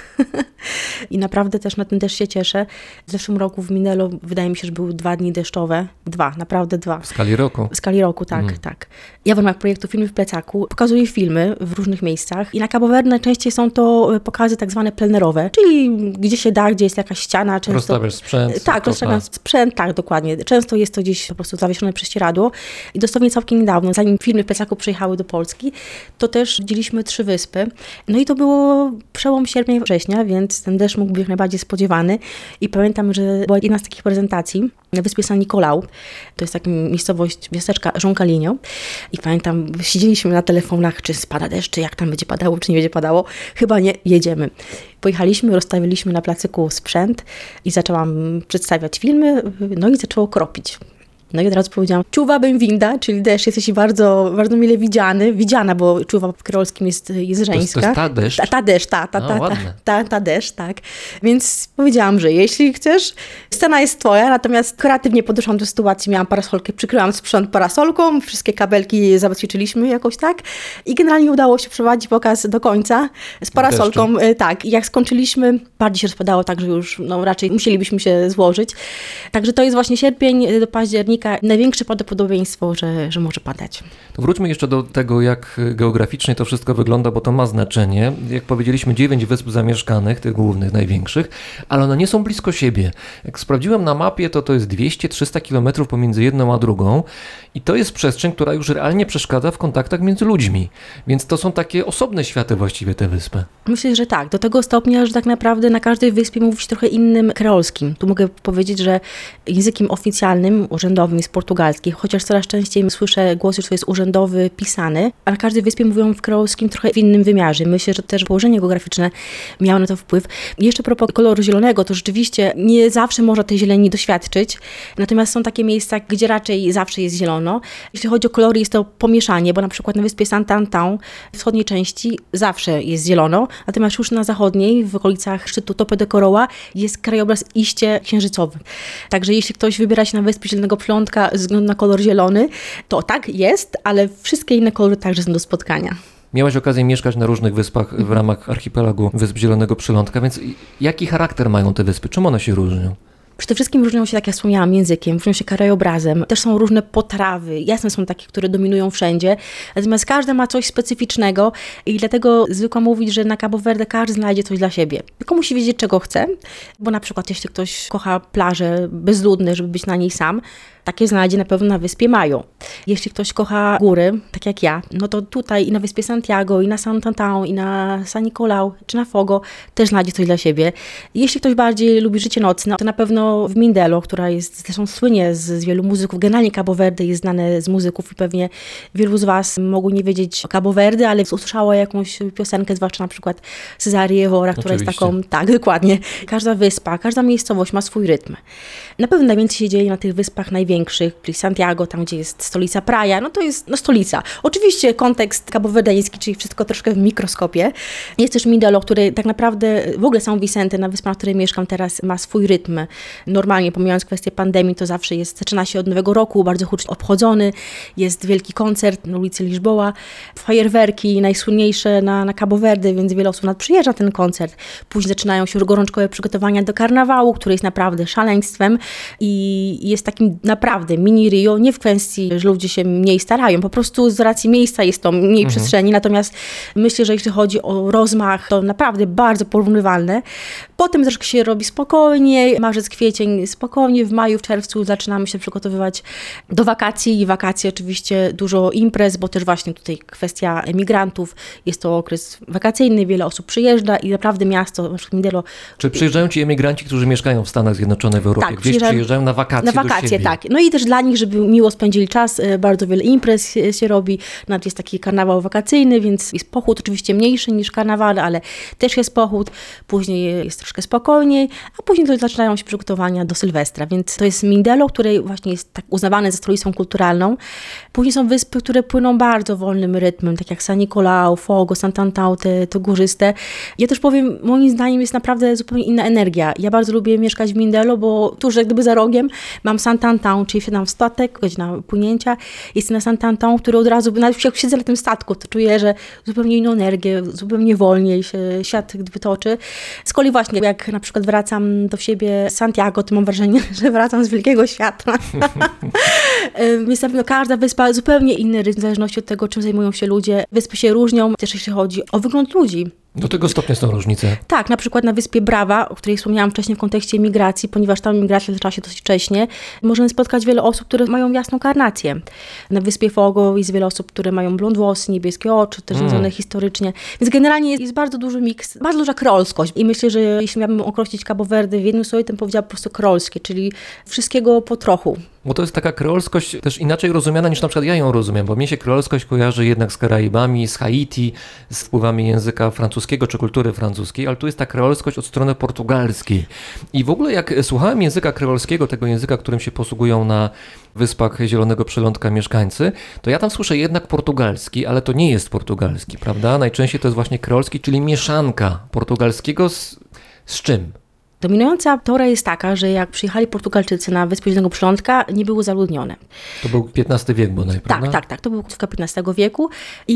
I naprawdę też na tym też się cieszę. W zeszłym roku w Mindelo wydaje mi się, że były 2 dni deszczowe. 2, naprawdę 2. W skali roku? W skali roku, tak, tak. Ja w ramach projektu Filmy w plecaku pokazuję filmy w różnych miejscach i na Cabo Verde najczęściej są to pokazy tak zwane plenerowe, czyli gdzie się da, gdzie jest jakaś ściana. Często... Rozstawiasz sprzęt. Tak, rozstawiam sprzęt, tak, dokładnie. Często jest to gdzieś po prostu zawieszone prześcieradło i dosłownie całkiem niedawno, zanim Filmy w plecaku przyjechały do Polski, to też widzieliśmy 3 wyspy. No i to było przełom sierpnia i września, więc ten deszcz mógł być jak najbardziej spodziewany i pamiętam, że była jedna z takich prezentacji na wyspie San Nicolau. To jest taka miejscowość, miasteczka João i pamiętam, siedzieliśmy na telefonach, czy spada deszcz, czy jak tam będzie padało, czy nie będzie padało. Chyba nie, jedziemy. Pojechaliśmy, rozstawiliśmy na placyku sprzęt i zaczęłam przedstawiać filmy, no i zaczęło kropić. No i od razu powiedziałam, czuwa bem-vinda, czyli deszcz, jesteś bardzo, bardzo mile widziana, bo czuwa w kreolskim jest żeńska. To jest ta deszcz? Ta deszcz, ta deszcz, tak. Więc powiedziałam, że jeśli chcesz, scena jest twoja, natomiast kreatywnie podeszłam do sytuacji, miałam parasolkę, przykryłam sprzęt parasolką, wszystkie kabelki zabezpieczyliśmy jakoś tak i generalnie udało się przeprowadzić pokaz do końca z parasolką, tak. I jak skończyliśmy, bardziej się rozpadało, tak, że już raczej musielibyśmy się złożyć. Także to jest właśnie sierpień do października, wynika największe prawdopodobieństwo, że może padać. To wróćmy jeszcze do tego, jak geograficznie to wszystko wygląda, bo to ma znaczenie. Jak powiedzieliśmy, 9 wysp zamieszkanych, tych głównych, największych, ale one nie są blisko siebie. Jak sprawdziłem na mapie, to jest 200-300 kilometrów pomiędzy jedną a drugą i to jest przestrzeń, która już realnie przeszkadza w kontaktach między ludźmi. Więc to są takie osobne światy właściwie te wyspy. Myślę, że tak. Do tego stopnia, że tak naprawdę na każdej wyspie mówi się trochę innym kreolskim. Tu mogę powiedzieć, że językiem oficjalnym, urzędowym jest portugalski, chociaż coraz częściej słyszę głosy, że to jest urzędowy, pisany, a na każdej wyspie mówią w kreolskim trochę w innym wymiarze. Myślę, że też położenie geograficzne miało na to wpływ. I jeszcze a propos koloru zielonego, to rzeczywiście nie zawsze można tej zieleni doświadczyć, natomiast są takie miejsca, gdzie raczej zawsze jest zielono. Jeśli chodzi o kolory, jest to pomieszanie, bo na przykład na wyspie Santo-Antão w wschodniej części zawsze jest zielono, natomiast już na zachodniej, w okolicach szczytu Tope de Coroa, jest krajobraz iście księżycowy. Także jeśli ktoś wybiera się na wyspę Zielonego Przylądka ze względu na kolor zielony, to tak jest, ale wszystkie inne kolory także są do spotkania. Miałaś okazję mieszkać na różnych wyspach w ramach archipelagu Wysp Zielonego Przylądka, więc jaki charakter mają te wyspy? Czym one się różnią? Przede wszystkim różnią się, tak jak wspomniałam, językiem, różnią się krajobrazem. Też są różne potrawy. Jasne są takie, które dominują wszędzie. Natomiast każda ma coś specyficznego i dlatego zwykła mówić, że na Cabo Verde każdy znajdzie coś dla siebie. Tylko musi wiedzieć, czego chce. Bo na przykład jeśli ktoś kocha plaże bezludne, żeby być na niej sam, takie znajdzie na pewno na wyspie Mayo. Jeśli ktoś kocha góry, tak jak ja, no to tutaj i na wyspie Santiago, i na Santo-Antão, i na San Nicolau, czy na Fogo też znajdzie coś dla siebie. Jeśli ktoś bardziej lubi życie nocne, to na pewno w Mindelo, która jest, zresztą słynie z wielu muzyków, generalnie Cabo Verde jest znane z muzyków i pewnie wielu z Was mogło nie wiedzieć o Cabo Verde, ale usłyszała jakąś piosenkę, zwłaszcza na przykład Cesarii Evora, która jest taką, tak, dokładnie. Każda wyspa, każda miejscowość ma swój rytm. Na pewno najwięcej się dzieje na tych wyspach największych, czyli Santiago, tam gdzie jest stolica Praia, no to jest stolica. Oczywiście kontekst kabowerdeński, czyli wszystko troszkę w mikroskopie. Jest też Mindelo, który tak naprawdę, w ogóle São Vicente, na wyspach, na której mieszkam teraz, ma swój rytm. Normalnie, pomijając kwestię pandemii, to zawsze zaczyna się od Nowego Roku, bardzo hucznie obchodzony, jest wielki koncert na ulicy Lisboa, fajerwerki najsłynniejsze na Cabo Verde, więc wiele osób przyjeżdża na ten koncert. Później zaczynają się gorączkowe przygotowania do karnawału, który jest naprawdę szaleństwem i jest takim naprawdę mini Rio, nie w kwestii, że ludzie się mniej starają, po prostu z racji miejsca jest to mniej przestrzeni, natomiast myślę, że jeśli chodzi o rozmach, to naprawdę bardzo porównywalne. Potem troszkę się robi spokojniej, marzec, kwiecień spokojnie, w maju, w czerwcu zaczynamy się przygotowywać do wakacji i wakacje oczywiście dużo imprez, bo też właśnie tutaj kwestia emigrantów, jest to okres wakacyjny, wiele osób przyjeżdża i naprawdę miasto, na przykład Mindelo. Czy przyjeżdżają ci emigranci, którzy mieszkają w Stanach Zjednoczonych, w Europie? Tak, Gdzieś przyjeżdżają na wakacje do siebie. Tak. No i też dla nich, żeby miło spędzili czas, bardzo wiele imprez się robi. Nawet jest taki karnawał wakacyjny, więc jest pochód oczywiście mniejszy niż karnawał, ale też jest pochód. Później jest troszkę spokojniej, a później to zaczynają się przygotowania do Sylwestra. Więc to jest Mindelo, który właśnie jest tak uznawane za stolicą kulturalną. Później są wyspy, które płyną bardzo wolnym rytmem, tak jak San Nicolau, Fogo, Santo-Antão, te górzyste. Ja też powiem, moim zdaniem jest naprawdę zupełnie inna energia. Ja bardzo lubię mieszkać w Mindelo, bo tuż jak gdyby za rogiem mam Santo-Antão, czyli wsiadam w statek, godzina płynięcia, jestem na Santo-Antão, który od razu, nawet jak siedzę na tym statku, to czuję, że zupełnie inną energię, zupełnie wolniej się świat gdyby toczy. Z kolei właśnie, jak na przykład wracam do siebie z Santiago, to mam wrażenie, że wracam z wielkiego świata. Więc na pewno każda wyspa zupełnie inny rytm, w zależności od tego, czym zajmują się ludzie. Wyspy się różnią, też jeśli chodzi o wygląd ludzi. Do tego stopnia są różnice. Tak, na przykład na wyspie Brava, o której wspomniałam wcześniej w kontekście migracji, ponieważ tam migracja zaczęła się dosyć wcześnie, możemy spotkać wiele osób, które mają jasną karnację. Na wyspie Fogo jest wiele osób, które mają blond włosy, niebieskie oczy, też związane historycznie. Więc generalnie jest bardzo duży miks, bardzo duża kreolskość. I myślę, że jeśli miałabym określić Cabo Verde w jednym słowie, to powiedziała po prostu kreolskie, czyli wszystkiego po trochu. Bo to jest taka kreolskość też inaczej rozumiana niż na przykład ja ją rozumiem, bo mnie się kreolskość kojarzy jednak z Karaibami, z Haiti, z wpływami języka francuskiego czy kultury francuskiej, ale tu jest ta kreolskość od strony portugalskiej. I w ogóle jak słuchałem języka kreolskiego, tego języka, którym się posługują na Wyspach Zielonego Przylądka mieszkańcy, to ja tam słyszę jednak portugalski, ale to nie jest portugalski, prawda? Najczęściej to jest właśnie kreolski, czyli mieszanka portugalskiego z czym? Dominująca teoria jest taka, że jak przyjechali Portugalczycy na Wyspy Zielonego Przylądka, nie były zaludnione. To był XV wiek bodaj, prawda? Tak. To był końcówka XV wieku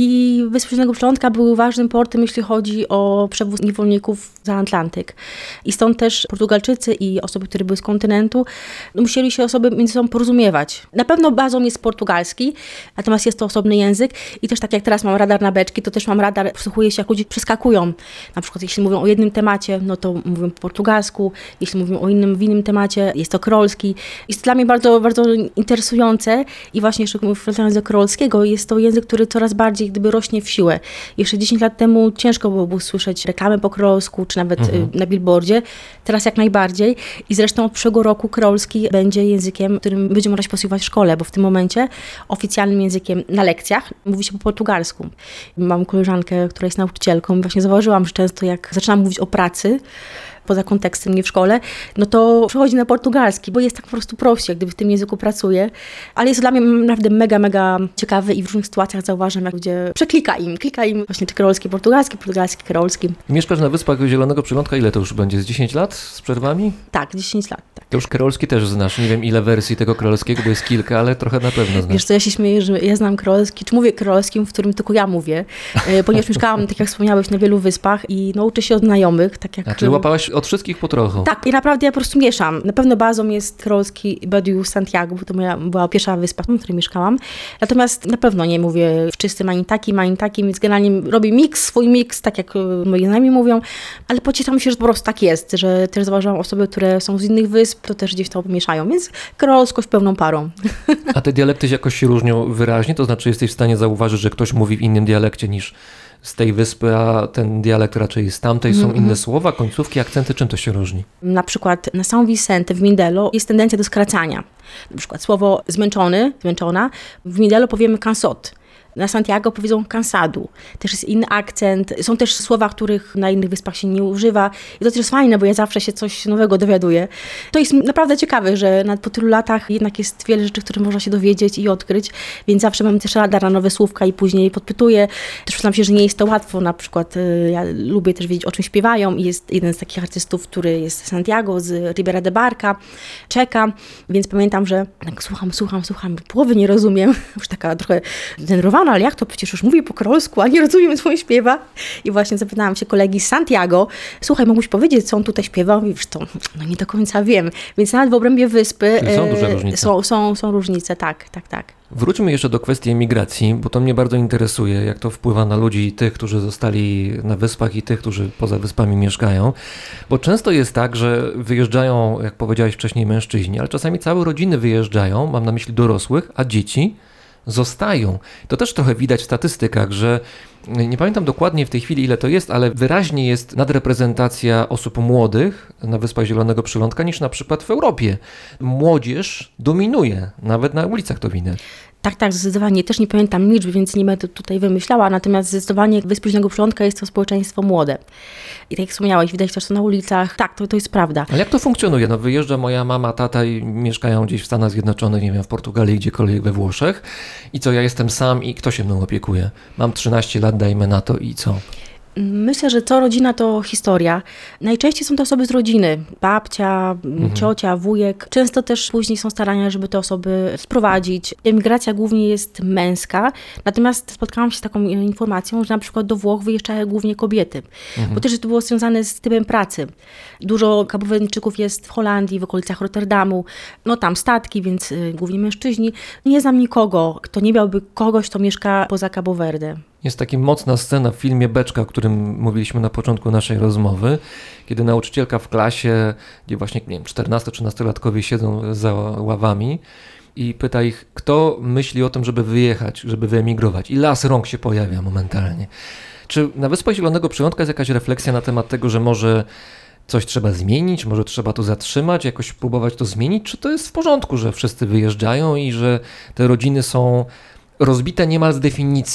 i Wyspy Zielonego Przylądka były ważnym portem, jeśli chodzi o przewóz niewolników za Atlantyk. I stąd też Portugalczycy i osoby, które były z kontynentu, musieli się osoby między sobą porozumiewać. Na pewno bazą jest portugalski, natomiast jest to osobny język i też tak jak teraz mam radar na beczki, to też mam radar, wsłuchuję się jak ludzie przeskakują. Na przykład jeśli mówią o jednym temacie, no to mówią po portugalsku, jeśli mówią o w innym temacie, jest to kreolski. Jest to dla mnie bardzo, bardzo interesujące i właśnie jeszcze wracając do kreolskiego, jest to język, który coraz bardziej gdyby rośnie w siłę. Jeszcze 10 lat temu ciężko było usłyszeć reklamę po kreolsku, czy nawet na billboardzie. Teraz jak najbardziej i zresztą od przyszłego roku kreolski będzie językiem, którym będzie można się posługiwać w szkole, bo w tym momencie oficjalnym językiem na lekcjach mówi się po portugalsku. Mam koleżankę, która jest nauczycielką i właśnie zauważyłam, że często jak zaczynam mówić o pracy, poza kontekstem, nie w szkole, no to przechodzi na portugalski, bo jest tak po prostu prościej, gdyby w tym języku pracuje. Ale jest to dla mnie naprawdę mega, mega ciekawy i w różnych sytuacjach zauważam, jak ludzie klika im właśnie czy kreolski, portugalski, kreolski. Mieszkasz na Wyspach Zielonego Przylądka, ile to już będzie? Z 10 lat z przerwami? Tak, 10 lat. Tak. To już kreolski też znasz. Nie wiem ile wersji tego kreolskiego, bo jest kilka, ale trochę na pewno znasz. Wiesz co, ja się śmieję, że ja znam kreolski, czy mówię kreolskim, w którym tylko ja mówię, ponieważ mieszkałam, tak jak wspomniałeś, na wielu wyspach i no, uczę się od znajomych. Tak jak... A czy łapałaś od wszystkich po trochu? Tak, i naprawdę ja po prostu mieszam. Na pewno bazą jest kreolski Badiou Santiago, bo to była pierwsza wyspa, w której mieszkałam. Natomiast na pewno nie mówię w czystym ani takim, więc generalnie robię swój miks, tak jak moi znajomi mówią, ale pocieszam się, że po prostu tak jest, że też zauważyłam osoby, które są z innych wysp, to też gdzieś to mieszają, więc kreolskość pełną parą. A te dialekty jakoś się różnią wyraźnie? To znaczy jesteś w stanie zauważyć, że ktoś mówi w innym dialekcie niż z tej wyspy, a ten dialekt raczej z tamtej, są inne słowa, końcówki, akcenty, czym to się różni? Na przykład na São Vicente w Mindelo jest tendencja do skracania. Na przykład słowo zmęczona, w Mindelo powiemy cansot. Na Santiago powiedzą cansado. Też jest inny akcent. Są też słowa, których na innych wyspach się nie używa. I to też jest fajne, bo ja zawsze się coś nowego dowiaduję. To jest naprawdę ciekawe, że po tylu latach jednak jest wiele rzeczy, które można się dowiedzieć i odkryć. Więc zawsze mam też radar na nowe słówka i później podpytuję. Też przyznam się, że nie jest to łatwo. Na przykład ja lubię też wiedzieć, o czym śpiewają. I jest jeden z takich artystów, który jest z Santiago, z Ribera de Barca, czeka. Więc pamiętam, że tak słucham, połowy nie rozumiem. Już taka trochę zdenerwowana, ale jak to przecież już mówię po kreolsku, a nie rozumiem, co on śpiewa. I właśnie zapytałam się kolegi z Santiago, słuchaj, mógłbyś powiedzieć, co on tutaj śpiewał? I wiesz, to no nie do końca wiem. Więc nawet w obrębie wyspy są duże różnice. Są różnice, tak. Wróćmy jeszcze do kwestii emigracji, bo to mnie bardzo interesuje, jak to wpływa na ludzi, tych, którzy zostali na wyspach i tych, którzy poza wyspami mieszkają. Bo często jest tak, że wyjeżdżają, jak powiedziałeś wcześniej, mężczyźni, ale czasami całe rodziny wyjeżdżają, mam na myśli dorosłych, a dzieci zostają. To też trochę widać w statystykach, że nie pamiętam dokładnie w tej chwili ile to jest, ale wyraźnie jest nadreprezentacja osób młodych na Wyspach Zielonego Przylądka niż na przykład w Europie. Młodzież dominuje, nawet na ulicach to widać. Tak, zdecydowanie. Też nie pamiętam liczb, więc nie będę tutaj wymyślała, natomiast zdecydowanie Wyspy Zielonego Przylądka jest to społeczeństwo młode. I tak jak wspomniałeś, widać też to na ulicach. Tak, to jest prawda. Ale jak to funkcjonuje? No wyjeżdża moja mama, tata i mieszkają gdzieś w Stanach Zjednoczonych, nie wiem, w Portugalii, gdziekolwiek we Włoszech. I co, ja jestem sam i kto się mną opiekuje? Mam 13 lat, dajmy na to i co? Myślę, że co rodzina to historia. Najczęściej są to osoby z rodziny. Babcia, ciocia, wujek. Często też później są starania, żeby te osoby sprowadzić. Emigracja głównie jest męska. Natomiast spotkałam się z taką informacją, że na przykład do Włoch wyjeżdżają głównie kobiety. Bo też to było związane z typem pracy. Dużo Kabowerdyjczyków jest w Holandii, w okolicach Rotterdamu. No tam statki, więc głównie mężczyźni. Nie znam nikogo, kto nie miałby kogoś, kto mieszka poza Cabo Verde. Jest taka mocna scena w filmie Beczka, o którym mówiliśmy na początku naszej rozmowy, kiedy nauczycielka w klasie, gdzie właśnie, nie wiem, 14-13-latkowie siedzą za ławami i pyta ich, kto myśli o tym, żeby wyjechać, żeby wyemigrować. I las rąk się pojawia momentalnie. Czy na Wyspach Zielonego Przylądka jest jakaś refleksja na temat tego, że może coś trzeba zmienić, może trzeba to zatrzymać, jakoś próbować to zmienić? Czy to jest w porządku, że wszyscy wyjeżdżają i że te rodziny są rozbite niemal z definicji,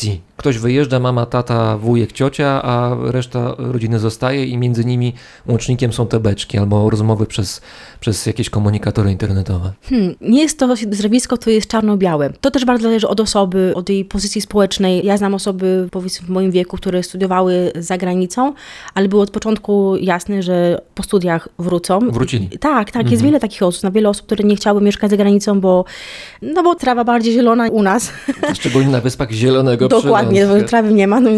ktoś wyjeżdża, mama, tata, wujek, ciocia, a reszta rodziny zostaje i między nimi łącznikiem są te beczki albo rozmowy przez jakieś komunikatory internetowe. Nie jest to zjawisko, które jest czarno-białe. To też bardzo zależy od osoby, od jej pozycji społecznej. Ja znam osoby, powiedzmy w moim wieku, które studiowały za granicą, ale było od początku jasne, że po studiach wrócą. Wrócili. Tak, jest wiele takich osób. Na wiele osób, które nie chciały mieszkać za granicą, bo trawa bardziej zielona u nas. Szczególnie na Wyspach Zielonego Dokładnie, Przylądka. bo trawy nie ma. No.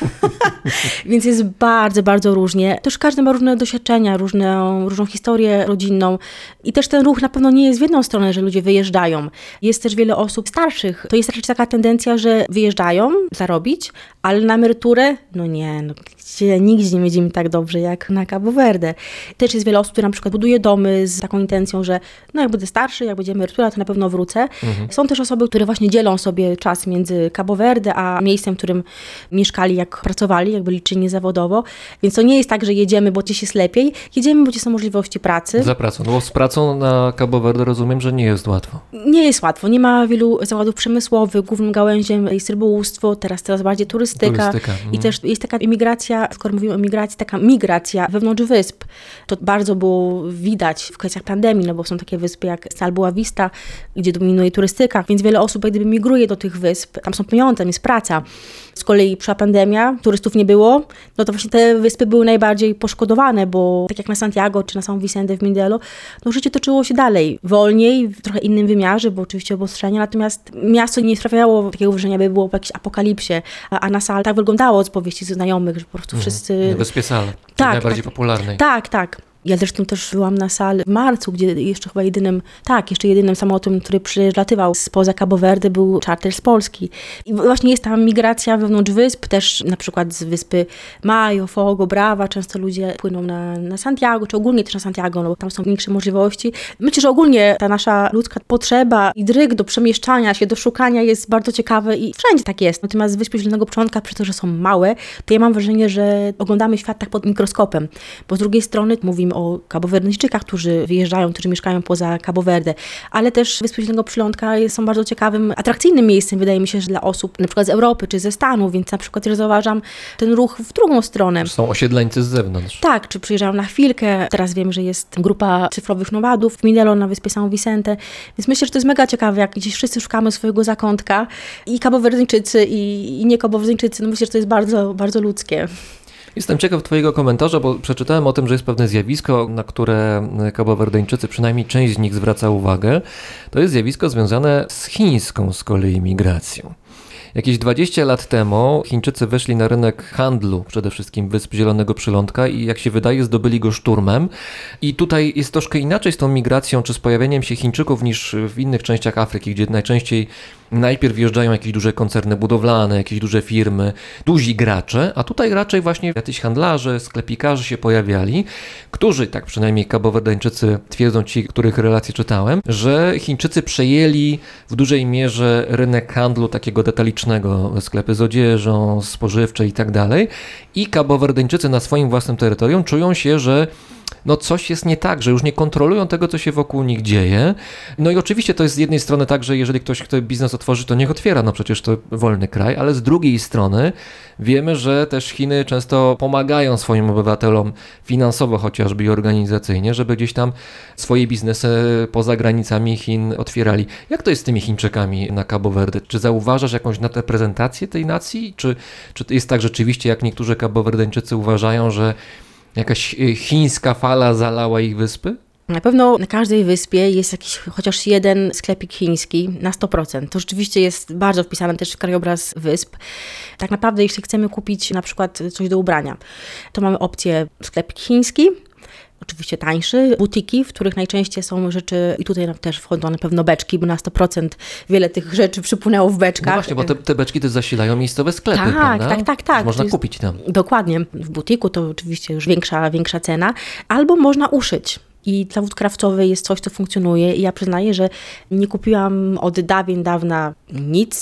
Więc jest bardzo, bardzo różnie. Też każdy ma różne doświadczenia, różną historię rodzinną i też ten ruch na pewno nie jest w jedną stronę, że ludzie wyjeżdżają. Jest też wiele osób starszych. To jest raczej taka tendencja, że wyjeżdżają zarobić, ale na emeryturę, nigdzie nie będzie mi tak dobrze jak na Cabo Verde. Też jest wiele osób, które na przykład buduje domy z taką intencją, że jak będę starszy, jak będzie emerytura, to na pewno wrócę. Są też osoby, które właśnie dzielą sobie czas między Cabo Verde, a miejscem, w którym mieszkali, jak pracowali, jak byli czynni zawodowo. Więc to nie jest tak, że jedziemy, bo gdzieś jest lepiej. Jedziemy, bo gdzieś są możliwości pracy. Za pracą. No bo z pracą na Cabo Verde rozumiem, że nie jest łatwo. Nie jest łatwo. Nie ma wielu zakładów przemysłowych. Głównym gałęziem jest rybołówstwo, teraz bardziej turystyka. I też jest taka imigracja, skoro mówimy o migracji, taka migracja wewnątrz wysp. To bardzo było widać w kwestiach pandemii, bo są takie wyspy jak Sal Boa Vista, gdzie dominuje turystyka, więc wiele osób jak gdyby migruje do tych wysp. Tam są pieniądze, tam jest praca. Z kolei przyszła pandemia, turystów nie było, to właśnie te wyspy były najbardziej poszkodowane, bo tak jak na Santiago czy na São Vicente w Mindelo, życie toczyło się dalej, wolniej, w trochę innym wymiarze, bo oczywiście obostrzenia, natomiast miasto nie sprawiało takiego wrażenia, by było w jakiejś apokalipsie, a na Sal tak wyglądało z powieści ze znajomych, że po prostu wszyscy... Na Wyspie Sal, Tak, najbardziej popularnej. Tak. Ja zresztą też byłam na Sal w marcu, gdzie jeszcze chyba jedynym samolotem, który przylatywał spoza Cabo Verde, był charter z Polski. I właśnie jest tam migracja wewnątrz wysp, też na przykład z wyspy Mayo, Fogo, Brava, często ludzie płyną na Santiago, czy ogólnie też na Santiago, bo tam są większe możliwości. Myślę, że ogólnie ta nasza ludzka potrzeba i dryg do przemieszczania się, do szukania jest bardzo ciekawe i wszędzie tak jest. Natomiast Wyspy Zielonego Przylądka, przez to, że są małe, to ja mam wrażenie, że oglądamy świat tak pod mikroskopem, bo z drugiej strony mówimy o kabowerdyjczykach, którzy wyjeżdżają, którzy mieszkają poza Cabo Verde, ale też Wyspy Zielonego Przylądka są bardzo ciekawym, atrakcyjnym miejscem, wydaje mi się, że dla osób na przykład z Europy czy ze Stanów, więc na przykład też zauważam ten ruch w drugą stronę. Są osiedleńcy z zewnątrz. Tak, czy przyjeżdżają na chwilkę. Teraz wiem, że jest grupa cyfrowych nomadów w Mindelo na wyspie São Vicente, więc myślę, że to jest mega ciekawe, jak gdzieś wszyscy szukamy swojego zakątka i kabowerdyjczycy i nie kabowerdyjczycy, myślę, że to jest bardzo, bardzo ludzkie. Jestem ciekaw twojego komentarza, bo przeczytałem o tym, że jest pewne zjawisko, na które kabowerdyjczycy, przynajmniej część z nich zwraca uwagę. To jest zjawisko związane z chińską z kolei migracją. Jakieś 20 lat temu Chińczycy weszli na rynek handlu, przede wszystkim Wysp Zielonego Przylądka i jak się wydaje zdobyli go szturmem. I tutaj jest troszkę inaczej z tą migracją, czy z pojawieniem się Chińczyków niż w innych częściach Afryki, gdzie najczęściej najpierw wjeżdżają jakieś duże koncerny budowlane, jakieś duże firmy, duzi gracze, a tutaj raczej właśnie jacyś handlarze, sklepikarze się pojawiali, którzy, tak przynajmniej kabowerdyjczycy twierdzą, ci, których relacje czytałem, że Chińczycy przejęli w dużej mierze rynek handlu takiego detalicznego, sklepy z odzieżą, spożywcze i tak dalej, i kabowerdyjczycy na swoim własnym terytorium czują się, że coś jest nie tak, że już nie kontrolują tego, co się wokół nich dzieje. No i oczywiście to jest z jednej strony tak, że jeżeli ktoś chce biznes otworzy, to niech otwiera, przecież to wolny kraj, ale z drugiej strony wiemy, że też Chiny często pomagają swoim obywatelom finansowo chociażby i organizacyjnie, żeby gdzieś tam swoje biznesy poza granicami Chin otwierali. Jak to jest z tymi Chińczykami na Cabo Verde? Czy zauważasz jakąś reprezentację tej nacji? Czy to jest tak rzeczywiście, jak niektórzy kabowerdyjczycy uważają, że jakaś chińska fala zalała ich wyspy? Na pewno na każdej wyspie jest jakiś chociaż jeden sklepik chiński na 100%. To rzeczywiście jest bardzo wpisane też w krajobraz wysp. Tak naprawdę, jeśli chcemy kupić na przykład coś do ubrania, to mamy opcję sklepik chiński, oczywiście tańszy, butiki, w których najczęściej są rzeczy, i tutaj też wchodzą na pewno beczki, bo na 100% wiele tych rzeczy przypłynęło w beczkach. No właśnie, bo te beczki też zasilają miejscowe sklepy, prawda? Tak. Można kupić tam. Dokładnie. W butiku to oczywiście już większa cena, albo można uszyć. I dla wód krawcowej jest coś, co funkcjonuje i ja przyznaję, że nie kupiłam od dawien dawna nic,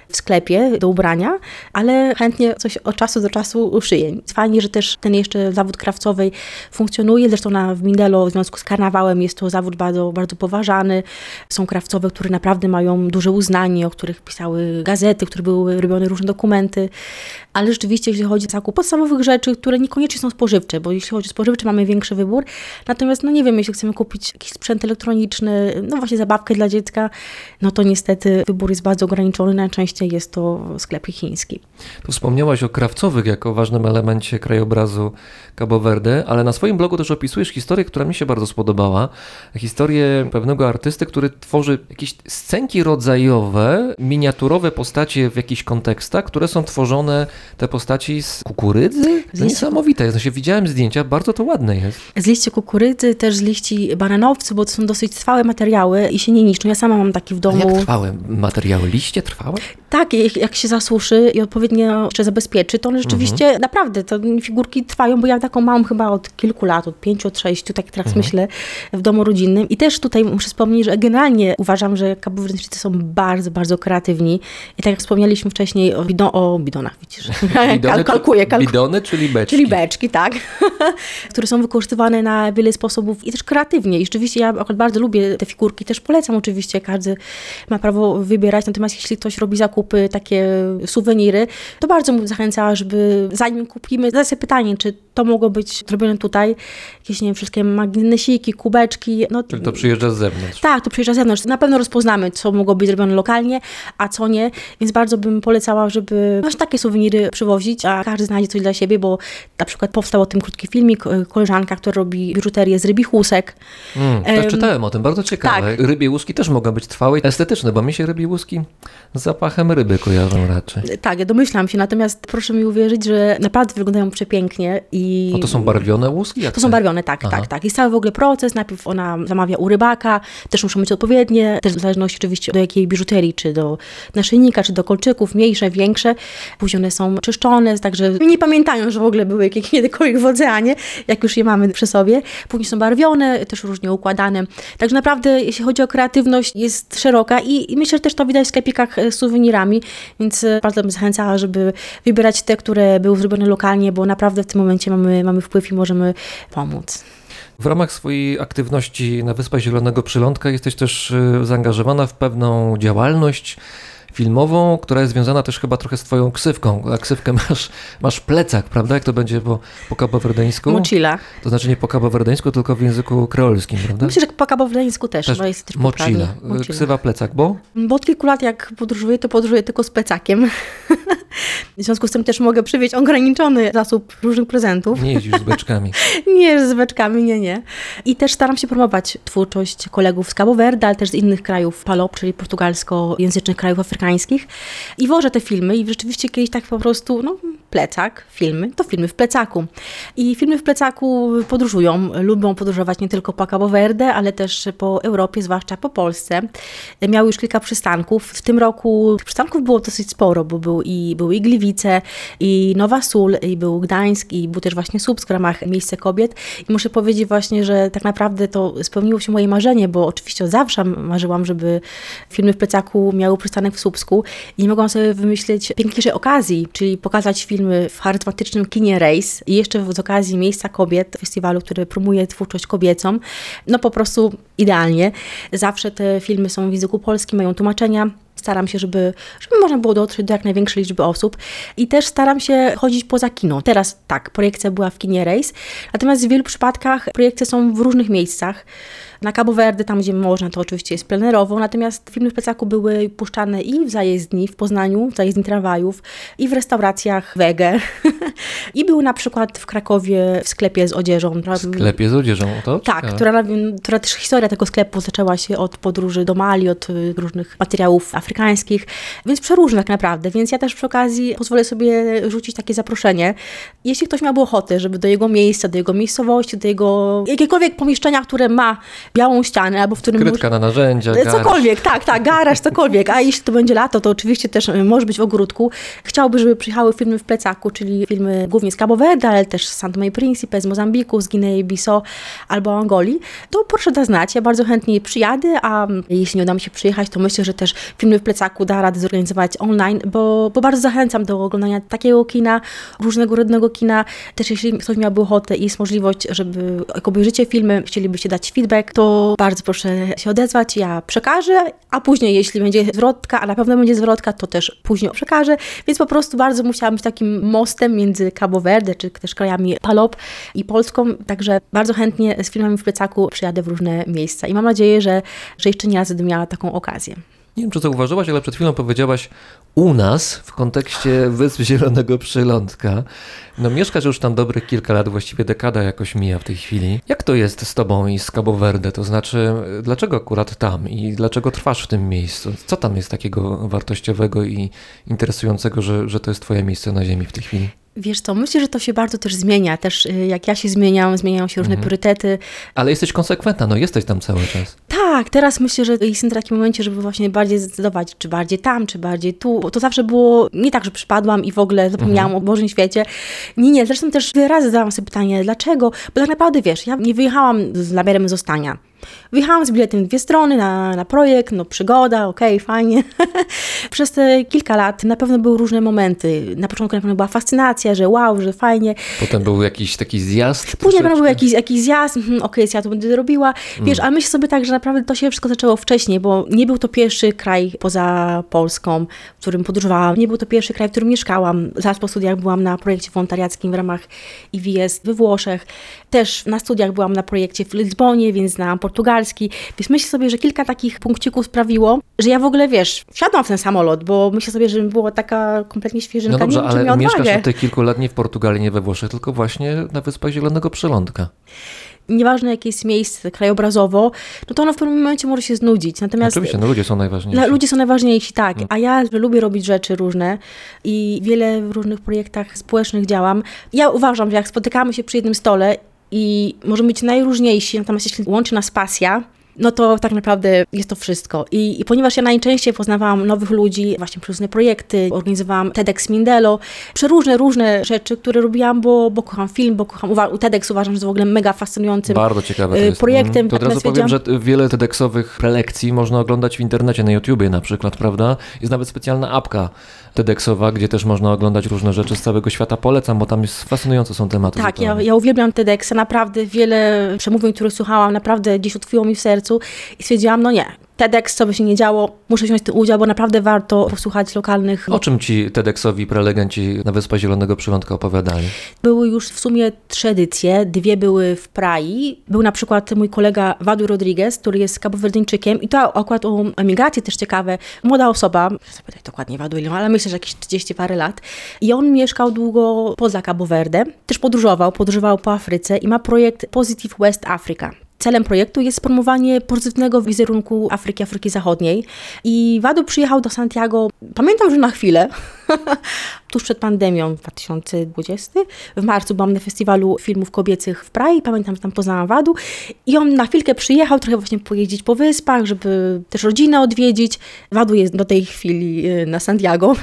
w sklepie do ubrania, ale chętnie coś od czasu do czasu szyję. Fajnie, że też ten jeszcze zawód krawcowej funkcjonuje, zresztą w Mindelo w związku z karnawałem jest to zawód bardzo, bardzo poważany. Są krawcowe, które naprawdę mają duże uznanie, o których pisały gazety, które były robione różne dokumenty, ale rzeczywiście jeśli chodzi o zakup podstawowych rzeczy, które niekoniecznie są spożywcze, bo jeśli chodzi o spożywcze mamy większy wybór, natomiast no nie wiem, jeśli chcemy kupić jakiś sprzęt elektroniczny, no właśnie zabawkę dla dziecka, no to niestety wybór jest bardzo ograniczony, najczęściej jest to sklep chiński. Tu wspomniałaś o krawcowych jako ważnym elemencie krajobrazu Cabo Verde, ale na swoim blogu też opisujesz historię, która mi się bardzo spodobała. Historię pewnego artysty, który tworzy jakieś scenki rodzajowe, miniaturowe postacie w jakichś kontekstach, które są tworzone, te postaci z kukurydzy? To niesamowite jest. No się widziałem zdjęcia, bardzo to ładne jest. Z liści kukurydzy, też z liści bananowców, bo to są dosyć trwałe materiały i się nie niszczą. Ja sama mam taki w domu. Jak trwałe materiały? Liście trwałe? Tak, jak się zasuszy i odpowiednio jeszcze zabezpieczy, to one rzeczywiście naprawdę, to figurki trwają, bo ja taką mam chyba od kilku lat, od 5, od 6, tak teraz myślę, w domu rodzinnym. I też tutaj muszę wspomnieć, że generalnie uważam, że kabowerdyjczycy są bardzo, bardzo kreatywni. I tak jak wspomnieliśmy wcześniej o bidonach, widzisz, kalkuję. Bidony, czyli beczki. Czyli beczki, tak, które są wykorzystywane na wiele sposobów i też kreatywnie. I rzeczywiście ja akurat bardzo lubię te figurki, też polecam oczywiście, każdy ma prawo wybierać, natomiast jeśli ktoś robi zakupy, takie suweniry, to bardzo bym zachęcała, żeby zanim kupimy, zadać sobie pytanie, czy to mogło być zrobione tutaj, jakieś, nie wiem, wszystkie magnesiki, kubeczki. No, czyli to przyjeżdża z zewnątrz. Tak, to przyjeżdża z zewnątrz. Na pewno rozpoznamy, co mogło być zrobione lokalnie, a co nie, więc bardzo bym polecała, żeby właśnie takie suweniry przywozić, a każdy znajdzie coś dla siebie, bo na przykład powstał o tym krótki filmik, koleżanka, która robi biżuterię z rybich łusek. Tak, czytałem o tym, bardzo ciekawe. Tak. Rybie łuski też mogą być trwałe i estetyczne, bo mi się rybie łuski z zapachem ryby kojarzą raczej. Tak, ja domyślam się, natomiast proszę mi uwierzyć, że naprawdę wyglądają przepięknie i... No to są barwione łuski? To są barwione, tak. Jest cały w ogóle proces, najpierw ona zamawia u rybaka, też muszą być odpowiednie, też w zależności oczywiście do jakiej biżuterii, czy do naszyjnika, czy do kolczyków, mniejsze, większe. Później one są czyszczone, także nie pamiętają, że w ogóle były kiedykolwiek w oceanie, jak już je mamy przy sobie. Później są barwione, też różnie układane. Także naprawdę, jeśli chodzi o kreatywność, jest szeroka i myślę, że też to widać w sklepikach z suwenirami, więc bardzo bym zachęcała, żeby wybierać te, które były zrobione lokalnie, bo naprawdę w tym momencie mamy wpływ i możemy pomóc. W ramach swojej aktywności na Wyspach Zielonego Przylądka jesteś też zaangażowana w pewną działalność filmową, która jest związana też chyba trochę z twoją ksywką. A ksywkę masz plecak, prawda? Jak to będzie po kabowerdeńsku? Mochila. To znaczy nie po kabowerdeńsku, tylko w języku kreolskim, prawda? Myślę, że po kabowerdeńsku też. Jest też mochila. Ksywa plecak, bo? Bo od kilku lat jak podróżuję, to podróżuję tylko z plecakiem. W związku z tym też mogę przywieźć ograniczony zasób różnych prezentów. Nie jeździsz z beczkami. Nie, z beczkami, nie. I też staram się promować twórczość kolegów z Cabo Verde, ale też z innych krajów PALOP, czyli portugalskojęzycznych krajów afrykańskich. I wożę te filmy i rzeczywiście kiedyś tak po prostu, plecak, filmy, to filmy w plecaku. I filmy w plecaku podróżują, lubią podróżować nie tylko po Cabo Verde, ale też po Europie, zwłaszcza po Polsce. Miały już kilka przystanków. W tym roku przystanków było dosyć sporo, bo były i Gliwice, i Nowa Sól, i był Gdańsk, i był też właśnie Słupsk w ramach Miejsce Kobiet. I muszę powiedzieć właśnie, że tak naprawdę to spełniło się moje marzenie, bo oczywiście od zawsze marzyłam, żeby filmy w plecaku miały przystanek w Słupsku i nie mogłam sobie wymyślić piękniejszej okazji, czyli pokazać filmy w charyzmatycznym kinie Race i jeszcze z okazji Miejsca Kobiet, festiwalu, który promuje twórczość kobiecą. Po prostu idealnie. Zawsze te filmy są w języku polskim, mają tłumaczenia. Staram się, żeby można było dotrzeć do jak największej liczby osób i też staram się chodzić poza kino. Teraz tak, projekcja była w kinie Race, natomiast w wielu przypadkach projekcje są w różnych miejscach. Na Cabo Verde, tam gdzie można, to oczywiście jest plenerowo, natomiast filmy w plecaku były puszczane i w zajezdni w Poznaniu, w zajezdni tramwajów, i w restauracjach Wege. I były na przykład w Krakowie w sklepie z odzieżą. W sklepie z odzieżą, to? Tak, która też historia tego sklepu zaczęła się od podróży do Mali, od różnych materiałów afrykańskich, więc przeróżne tak naprawdę. Więc ja też przy okazji pozwolę sobie rzucić takie zaproszenie. Jeśli ktoś miałby ochotę, żeby do jego miejsca, do jego miejscowości, do jego jakiegokolwiek pomieszczenia, które ma białą ścianę, albo w którym... Krytka na narzędzia, cokolwiek, tak, garaż, cokolwiek. A jeśli to będzie lato, to oczywiście też może być w ogródku. Chciałby, żeby przyjechały filmy w plecaku, czyli filmy głównie z Cabo Verde, ale też z Santo Tomé i Príncipe, z Mozambiku, z Gwinei-Bissau albo Angolii, to proszę da znać. Ja bardzo chętnie przyjadę, a jeśli nie uda mi się przyjechać, to myślę, że też Filmy w plecaku da radę zorganizować online, bo bardzo zachęcam do oglądania takiego kina, różnego rodnego kina. Też jeśli ktoś miałby ochotę i jest możliwość, żeby jak obejrzycie filmy, chcielibyście dać feedback, to bardzo proszę się odezwać, ja przekażę, a później jeśli będzie zwrotka, a na pewno będzie zwrotka, to też później przekażę, więc po prostu bardzo musiałam być takim mostem między Cabo Verde, czy też krajami PALOP i Polską, także bardzo chętnie z Filmami w plecaku przyjadę w różne miejsca i mam nadzieję, że jeszcze nie raz będę miała taką okazję. Nie wiem, czy zauważyłaś, ale przed chwilą powiedziałaś u nas w kontekście Wysp Zielonego Przylądka. No mieszkasz już tam dobrych kilka lat, właściwie dekada jakoś mija w tej chwili. Jak to jest z tobą i z Cabo Verde? To znaczy, dlaczego akurat tam i dlaczego trwasz w tym miejscu? Co tam jest takiego wartościowego i interesującego, że to jest twoje miejsce na ziemi w tej chwili? Wiesz co, myślę, że to się bardzo też zmienia. Też jak ja się zmieniam, zmieniają się różne priorytety. Ale jesteś konsekwentna, no jesteś tam cały czas. Tak, teraz myślę, że jestem w takim momencie, żeby właśnie bardziej zdecydować, czy bardziej tam, czy bardziej tu. Bo to zawsze było nie tak, że przypadłam i w ogóle zapomniałam o Bożym świecie. Nie, zresztą też wiele razy zadałam sobie pytanie, dlaczego? Bo tak naprawdę, wiesz, ja nie wyjechałam z zamiarem zostania. Wyjechałam z biletem 2 strony na projekt, no przygoda, okej, fajnie. Przez te kilka lat na pewno były różne momenty. Na początku na pewno była fascynacja, że wow, że fajnie. Potem był jakiś taki zjazd. Później na pewno był jakiś zjazd, okej, ja to będę robiła. Wiesz, ale myślę sobie tak, że naprawdę to się wszystko zaczęło wcześniej, bo nie był to pierwszy kraj poza Polską, w którym podróżowałam. Nie był to pierwszy kraj, w którym mieszkałam. Zaraz po studiach byłam na projekcie wolontariackim w ramach IWS we Włoszech. Też na studiach byłam na projekcie w Lizbonie, więc znałam portugalski. Więc myślę sobie, że kilka takich punkcików sprawiło, że ja w ogóle, wiesz, wsiadłam w ten samolot, bo myślę sobie, że była taka kompletnie świeżynka. No dobrze, nie wiem, czy ale mieszkasz odwagę. od tych kilku lat nie w Portugalii, nie we Włoszech, tylko właśnie na Wyspach Zielonego Przylądka. Nieważne jakie jest miejsce krajobrazowo, no to ono w pewnym momencie może się znudzić. Natomiast Oczywiście, no ludzie są najważniejsi. ludzie są najważniejsi, tak. A ja lubię robić rzeczy różne i wiele w różnych projektach społecznych działam. Ja uważam, że jak spotykamy się przy jednym stole i możemy być najróżniejsi, natomiast jeśli łączy nas pasja, no to tak naprawdę jest to wszystko. I ponieważ ja najczęściej poznawałam nowych ludzi właśnie przez różne projekty, organizowałam TEDx Mindelo, różne rzeczy, które robiłam, bo kocham film, bo kocham TEDx uważam, że jest w ogóle mega fascynującym bardzo ciekawe to jest. projektem. To od razu powiem, że wiele TEDxowych prelekcji można oglądać w internecie, na YouTubie na przykład, prawda? Jest nawet specjalna apka TEDxowa, gdzie też można oglądać różne rzeczy z całego świata. Polecam, bo tam jest fascynujące są tematy. Tak, zupełnie. ja uwielbiam TEDxa, naprawdę wiele przemówień, które słuchałam, naprawdę gdzieś utkwiło mi w sercu i stwierdziłam, no nie, TEDx, co by się nie działo, muszę wziąć ten udział, bo naprawdę warto posłuchać lokalnych. O czym ci TEDxowi prelegenci na Wyspach Zielonego Przylądka opowiadali? Były już w sumie 3 edycje, 2 były w Prai. Był na przykład mój kolega Wadu Rodriguez, który jest kabowerdyńczykiem i to akurat o emigracji też ciekawe. Młoda osoba, zapytaj dokładnie Wadu ile ma, ale myślę, że jakieś 30 parę lat. I on mieszkał długo poza Cabo Verde, też podróżował po Afryce i ma projekt Positive West Africa. Celem projektu jest promowanie pozytywnego wizerunku Afryki Zachodniej. I Wadu przyjechał do Santiago, pamiętam, że na chwilę, tuż przed pandemią 2020. W marcu byłam na festiwalu filmów kobiecych w Prai, pamiętam, że tam poznałam Wadu i on na chwilkę przyjechał, trochę właśnie pojeździć po wyspach, żeby też rodzinę odwiedzić. Wadu jest do tej chwili na Santiago.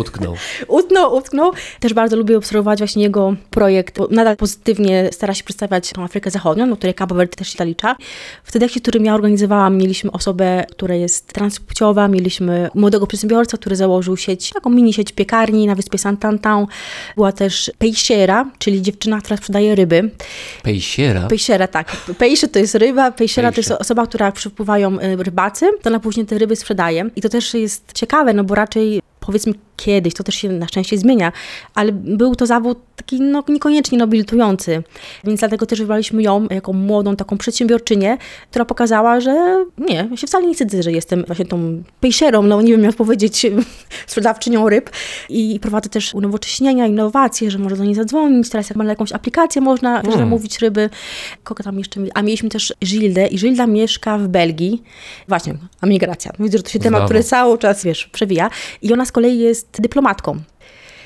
Utknął. Też bardzo lubię obserwować właśnie jego projekt, bo nadal pozytywnie stara się przedstawiać tą Afrykę Zachodnią, do której Cabo Verde też się zalicza. W TEDxie, którym ja organizowałam, mieliśmy osobę, która jest transpłciowa, mieliśmy młodego przedsiębiorcę, który założył taką mini sieć piekarni na wyspie Sant'Antão. Była też peixeira, czyli dziewczyna, która sprzedaje ryby. Peixeira? Peixeira, tak. Peixe to jest ryba, peixeira to jest osoba, która przypływają rybacy, to ona później te ryby sprzedaje. I to też jest ciekawe, no bo raczej powiedzmy kiedyś, to też się na szczęście zmienia, ale był to zawód taki niekoniecznie nobilitujący, więc dlatego też wybraliśmy ją jako młodą taką przedsiębiorczynię, która pokazała, że nie, ja się wcale nie wstydzę, że jestem właśnie tą pejszerą, nie wiem jak powiedzieć, sprzedawczynią ryb i prowadzę też unowocześnienia, innowacje, że można do niej zadzwonić, teraz jak ma jakąś aplikację można zamówić ryby. Kogo tam jeszcze? A mieliśmy też Gildę i Gilda mieszka w Belgii. Właśnie, emigracja. Widzę, że to się temat, który cały czas, przewija. I ona z kolei jest dyplomatką.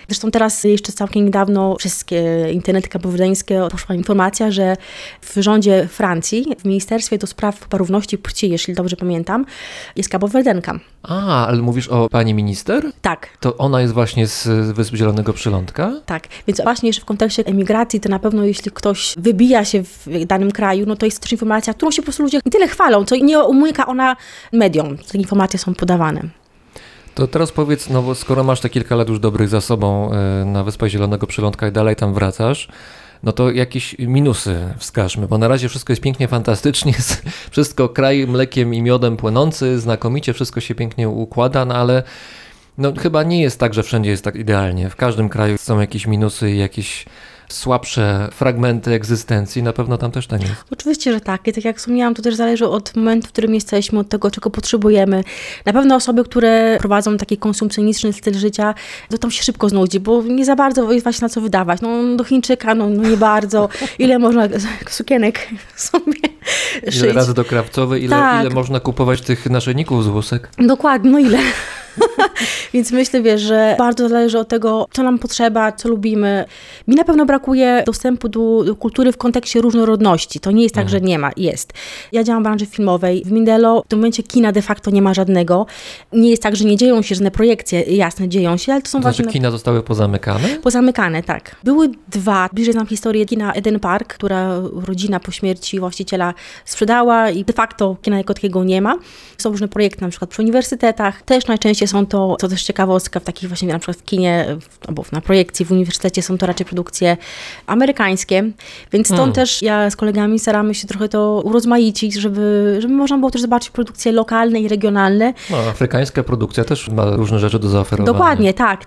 Zresztą teraz jeszcze całkiem niedawno wszystkie internety kabowerdeńskie poszła informacja, że w rządzie Francji, w Ministerstwie do Spraw Równości Płci, jeśli dobrze pamiętam, jest kabowerdenka. A, ale mówisz o pani minister? Tak. To ona jest właśnie z Wysp Zielonego Przylądka? Tak, więc właśnie jeszcze w kontekście emigracji, to na pewno jeśli ktoś wybija się w danym kraju, no to jest też informacja, którą się po prostu ludzie nie tyle chwalą, co nie umyka ona mediom. Te informacje są podawane. To teraz powiedz, no bo skoro masz te kilka lat już dobrych za sobą na Wyspach Zielonego Przylądka i dalej tam wracasz, no to jakieś minusy wskażmy, bo na razie wszystko jest pięknie, fantastycznie, wszystko kraj mlekiem i miodem płynący, znakomicie, wszystko się pięknie układa, no ale no chyba nie jest tak, że wszędzie jest tak idealnie. W każdym kraju są jakieś minusy i jakieś słabsze fragmenty egzystencji, na pewno tam też tak jest. Oczywiście, że tak. I tak jak wspomniałam, to też zależy od momentu, w którym jesteśmy, od tego, czego potrzebujemy. Na pewno osoby, które prowadzą taki konsumpcjonistyczny styl życia, to tam się szybko znudzi, bo nie za bardzo jest właśnie na co wydawać. No do Chińczyka, no nie bardzo. Ile można sukienek sobie szyć? Ile razy do krawcowej, Tak. ile można kupować tych naszyjników z łusek? Dokładnie, no ile? Więc myślę, wiesz, że bardzo zależy od tego, co nam potrzeba, co lubimy. Mi na pewno brakuje dostępu do kultury w kontekście różnorodności. To nie jest tak, że nie ma, jest. Ja działam w branży filmowej. W Mindelo w tym momencie kina de facto nie ma żadnego. Nie jest tak, że nie dzieją się żadne projekcje, jasne, dzieją się, ale to są To właśnie... znaczy kina zostały pozamykane? Pozamykane, tak. Były dwa. Bliżej znam historię kina Eden Park, która rodzina po śmierci właściciela sprzedała i de facto kina jako takiego nie ma. Są różne projekty na przykład przy uniwersytetach. Też najczęściej są to, co też ciekawostka, w takich właśnie na przykład w kinie albo na projekcji w uniwersytecie są to raczej produkcje amerykańskie. Więc stąd też ja z kolegami staramy się trochę to urozmaicić, żeby można było też zobaczyć produkcje lokalne i regionalne. No, afrykańska produkcja też ma różne rzeczy do zaoferowania. Dokładnie, tak.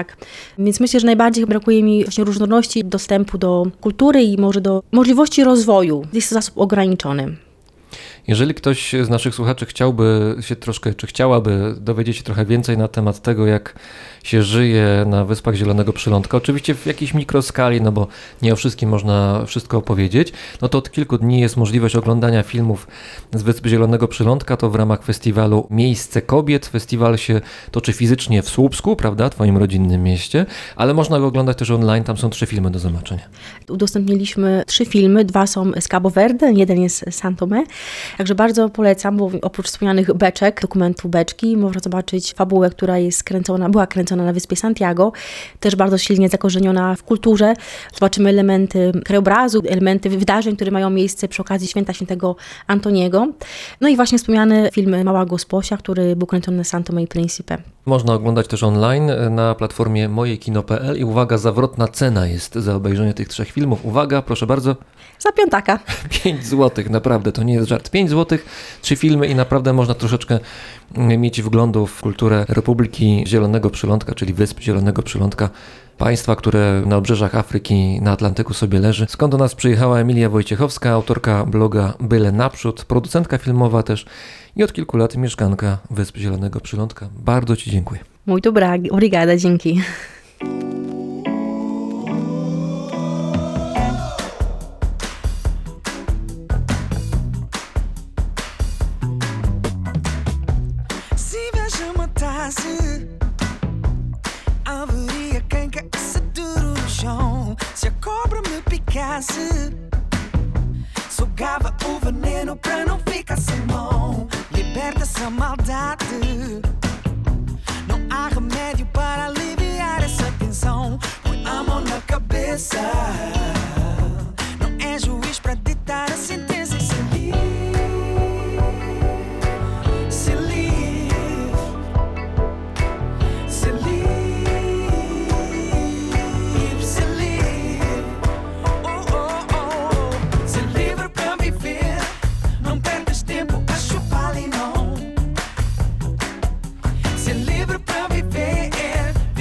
Więc myślę, że najbardziej brakuje mi właśnie różnorodności, dostępu do kultury i może do możliwości rozwoju. Jest to zasób ograniczony. Jeżeli ktoś z naszych słuchaczy chciałby się troszkę, czy chciałaby dowiedzieć się trochę więcej na temat tego, jak się żyje na Wyspach Zielonego Przylądka, oczywiście w jakiejś mikroskali, no bo nie o wszystkim można wszystko opowiedzieć, no to od kilku dni jest możliwość oglądania filmów z Wysp Zielonego Przylądka, to w ramach festiwalu Miejsce Kobiet. Festiwal się toczy fizycznie w Słupsku, prawda, twoim rodzinnym mieście, ale można go oglądać też online, tam są 3 filmy do zobaczenia. Udostępniliśmy 3 filmy, 2 są z Cabo Verde, jeden jest z Saint-Tomé. Także bardzo polecam, bo oprócz wspomnianych beczek, dokumentu Beczki, można zobaczyć fabułę, która była kręcona na wyspie Santiago, też bardzo silnie zakorzeniona w kulturze. Zobaczymy elementy krajobrazu, elementy wydarzeń, które mają miejsce przy okazji święta świętego Antoniego. No i właśnie wspomniany film Mała Gosposia, który był kręcony na Saint-Tomé i Príncipe. Można oglądać też online na platformie mojekino.pl i uwaga, zawrotna cena jest za obejrzenie tych 3 filmów. Uwaga, proszę bardzo. Za piątaka. 5 zł, naprawdę, to nie jest żart. 5 zł, 3 filmy i naprawdę można troszeczkę mieć wglądu w kulturę Republiki Zielonego Przylądka, czyli Wysp Zielonego Przylądka, państwa, które na obrzeżach Afryki, na Atlantyku sobie leży. Skąd do nas przyjechała Emilia Wojciechowska, autorka bloga Byle Naprzód, producentka filmowa też i od kilku lat mieszkanka Wysp Zielonego Przylądka. Bardzo Ci dziękuję. Muito obrigada, dzięki. Se vejo uma taça, haveria quem caísse duro no chão. Se a cobra me picasse, sugava o veneno pra não ficar sem mão. Liberta essa maldade, não há remédio para aliviar essa tensão. Põe a mão na cabeça, não é juiz pra ditar a sentença e ser livre. Ser livre, ser livre, ser livre. Oh, oh, oh. Ser livre pra viver, não perdas tempo a chupar limão. Ser livre pra viver,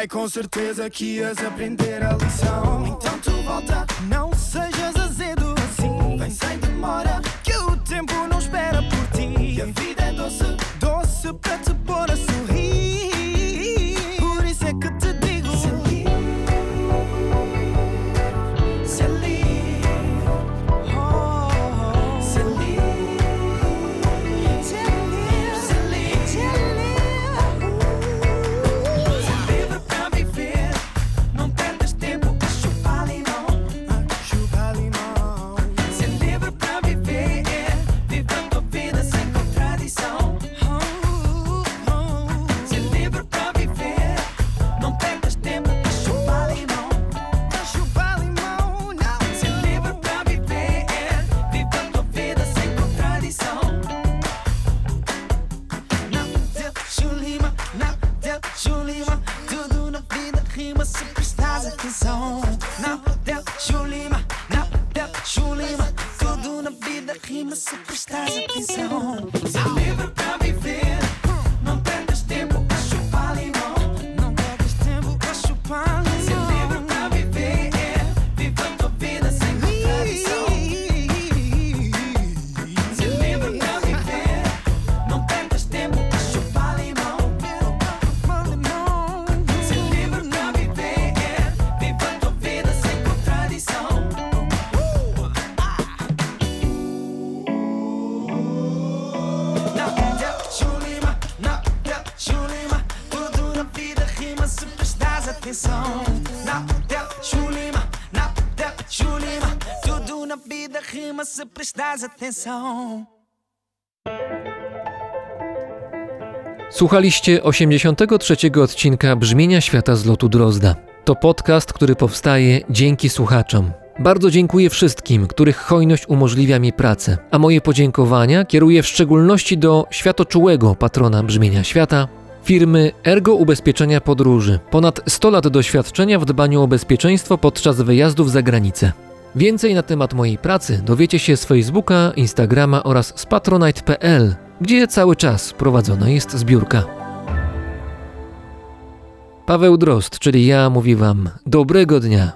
Ai, com certeza que ias aprender a lição. Então tu volta, não sejas azedo assim. Vem sem demora, que o tempo não espera por ti. E a vida é doce, doce para te pôr a sorrir. Por isso é que te digo: se livre, oh, se livre, se livre, se livre, se livre. Se livre pra viver, não perdas tempo a chupar limão, a chupar limão. Se livre pra viver, viva a tua vida sem contradição. Se livre pra viver, não perdas tempo a chupar limão, a chupar limão. Não. Se livre pra viver, viva a tua vida sem contradição. Não deixo lima, não deixo lima. Tudo na vida rima se prestares atenção. Não deixo lima, não deixo lima. Tudo na vida rima se prestares atenção. Se livre pra viver, não perdas tempo a chupar limão, não perdas tempo a chupar limão. Se livre pra viver, viva a tua vida sem contradição. Se livre pra viver, não perdas tempo a chupar limão. Se livre pra viver, viva a tua vida sem contradição. Não deixo lima, não deixo lima. Tudo na vida rima se prestares atenção. Não deixo lima, não deixo lima. Tudo na vida rima se prestares atenção. Słuchaliście 83. odcinka Brzmienia Świata z lotu Drozda. To podcast, który powstaje dzięki słuchaczom. Bardzo dziękuję wszystkim, których hojność umożliwia mi pracę, a moje podziękowania kieruję w szczególności do światoczułego patrona Brzmienia Świata, firmy Ergo Ubezpieczenia Podróży. Ponad 100 lat doświadczenia w dbaniu o bezpieczeństwo podczas wyjazdów za granicę. Więcej na temat mojej pracy dowiecie się z Facebooka, Instagrama oraz z patronite.pl, gdzie cały czas prowadzona jest zbiórka. Paweł Drozd, czyli ja, mówi wam dobrego dnia.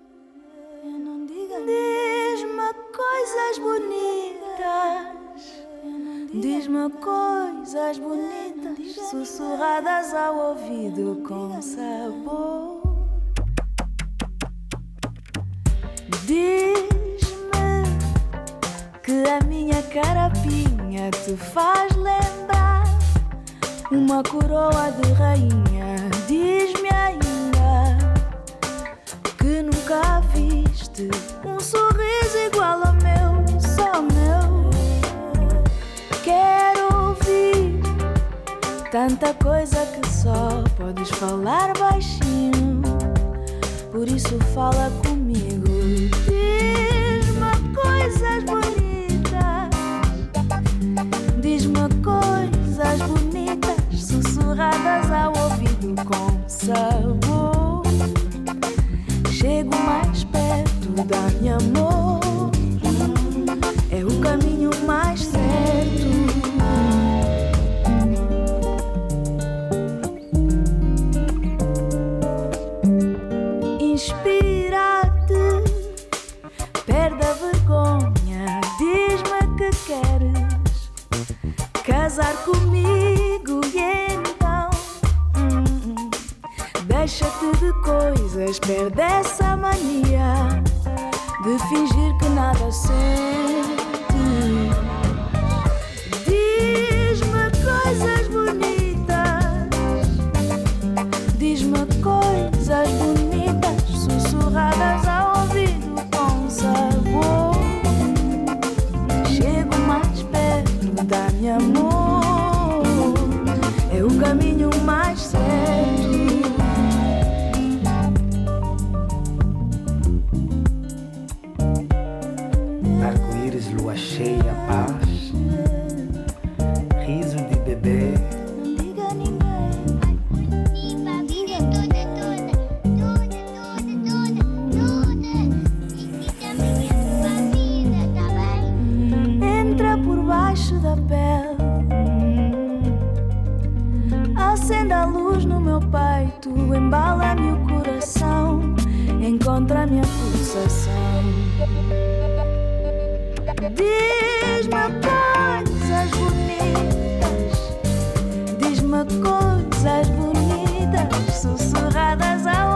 Diz-me coisas bonitas, diz-me coisas bonitas, sussurradas ao ouvido com sabor. Diz-me que a minha carapinha te faz lembrar uma coroa de rainha. Diz-me ainda que nunca viste sorriso igual ao meu, só meu. Quero ouvir tanta coisa que só podes falar baixinho. Por isso fala comigo. Diz-me coisas bonitas, diz-me coisas bonitas, sussurradas ao ouvido com sabor. Chego mais perto, dá-me amor, é o caminho mais certo. Inspira-te, perde a vergonha, diz-me que queres casar comigo e então deixa-te de coisas, perde essa mania de fingir que nada sentes. Diz-me coisas bonitas, diz-me coisas bonitas, sussurradas ao ouvido com sabor. Chego mais perto, dá-me amor, é o caminho mais certo. Arco-íris, lua cheia, paz, riso de bebê. Diga a ninguém. Entra por baixo da pele, acende a luz no meu peito, embala encontra minha pulsação. Diz-me coisas bonitas, diz-me coisas bonitas, sussurradas ao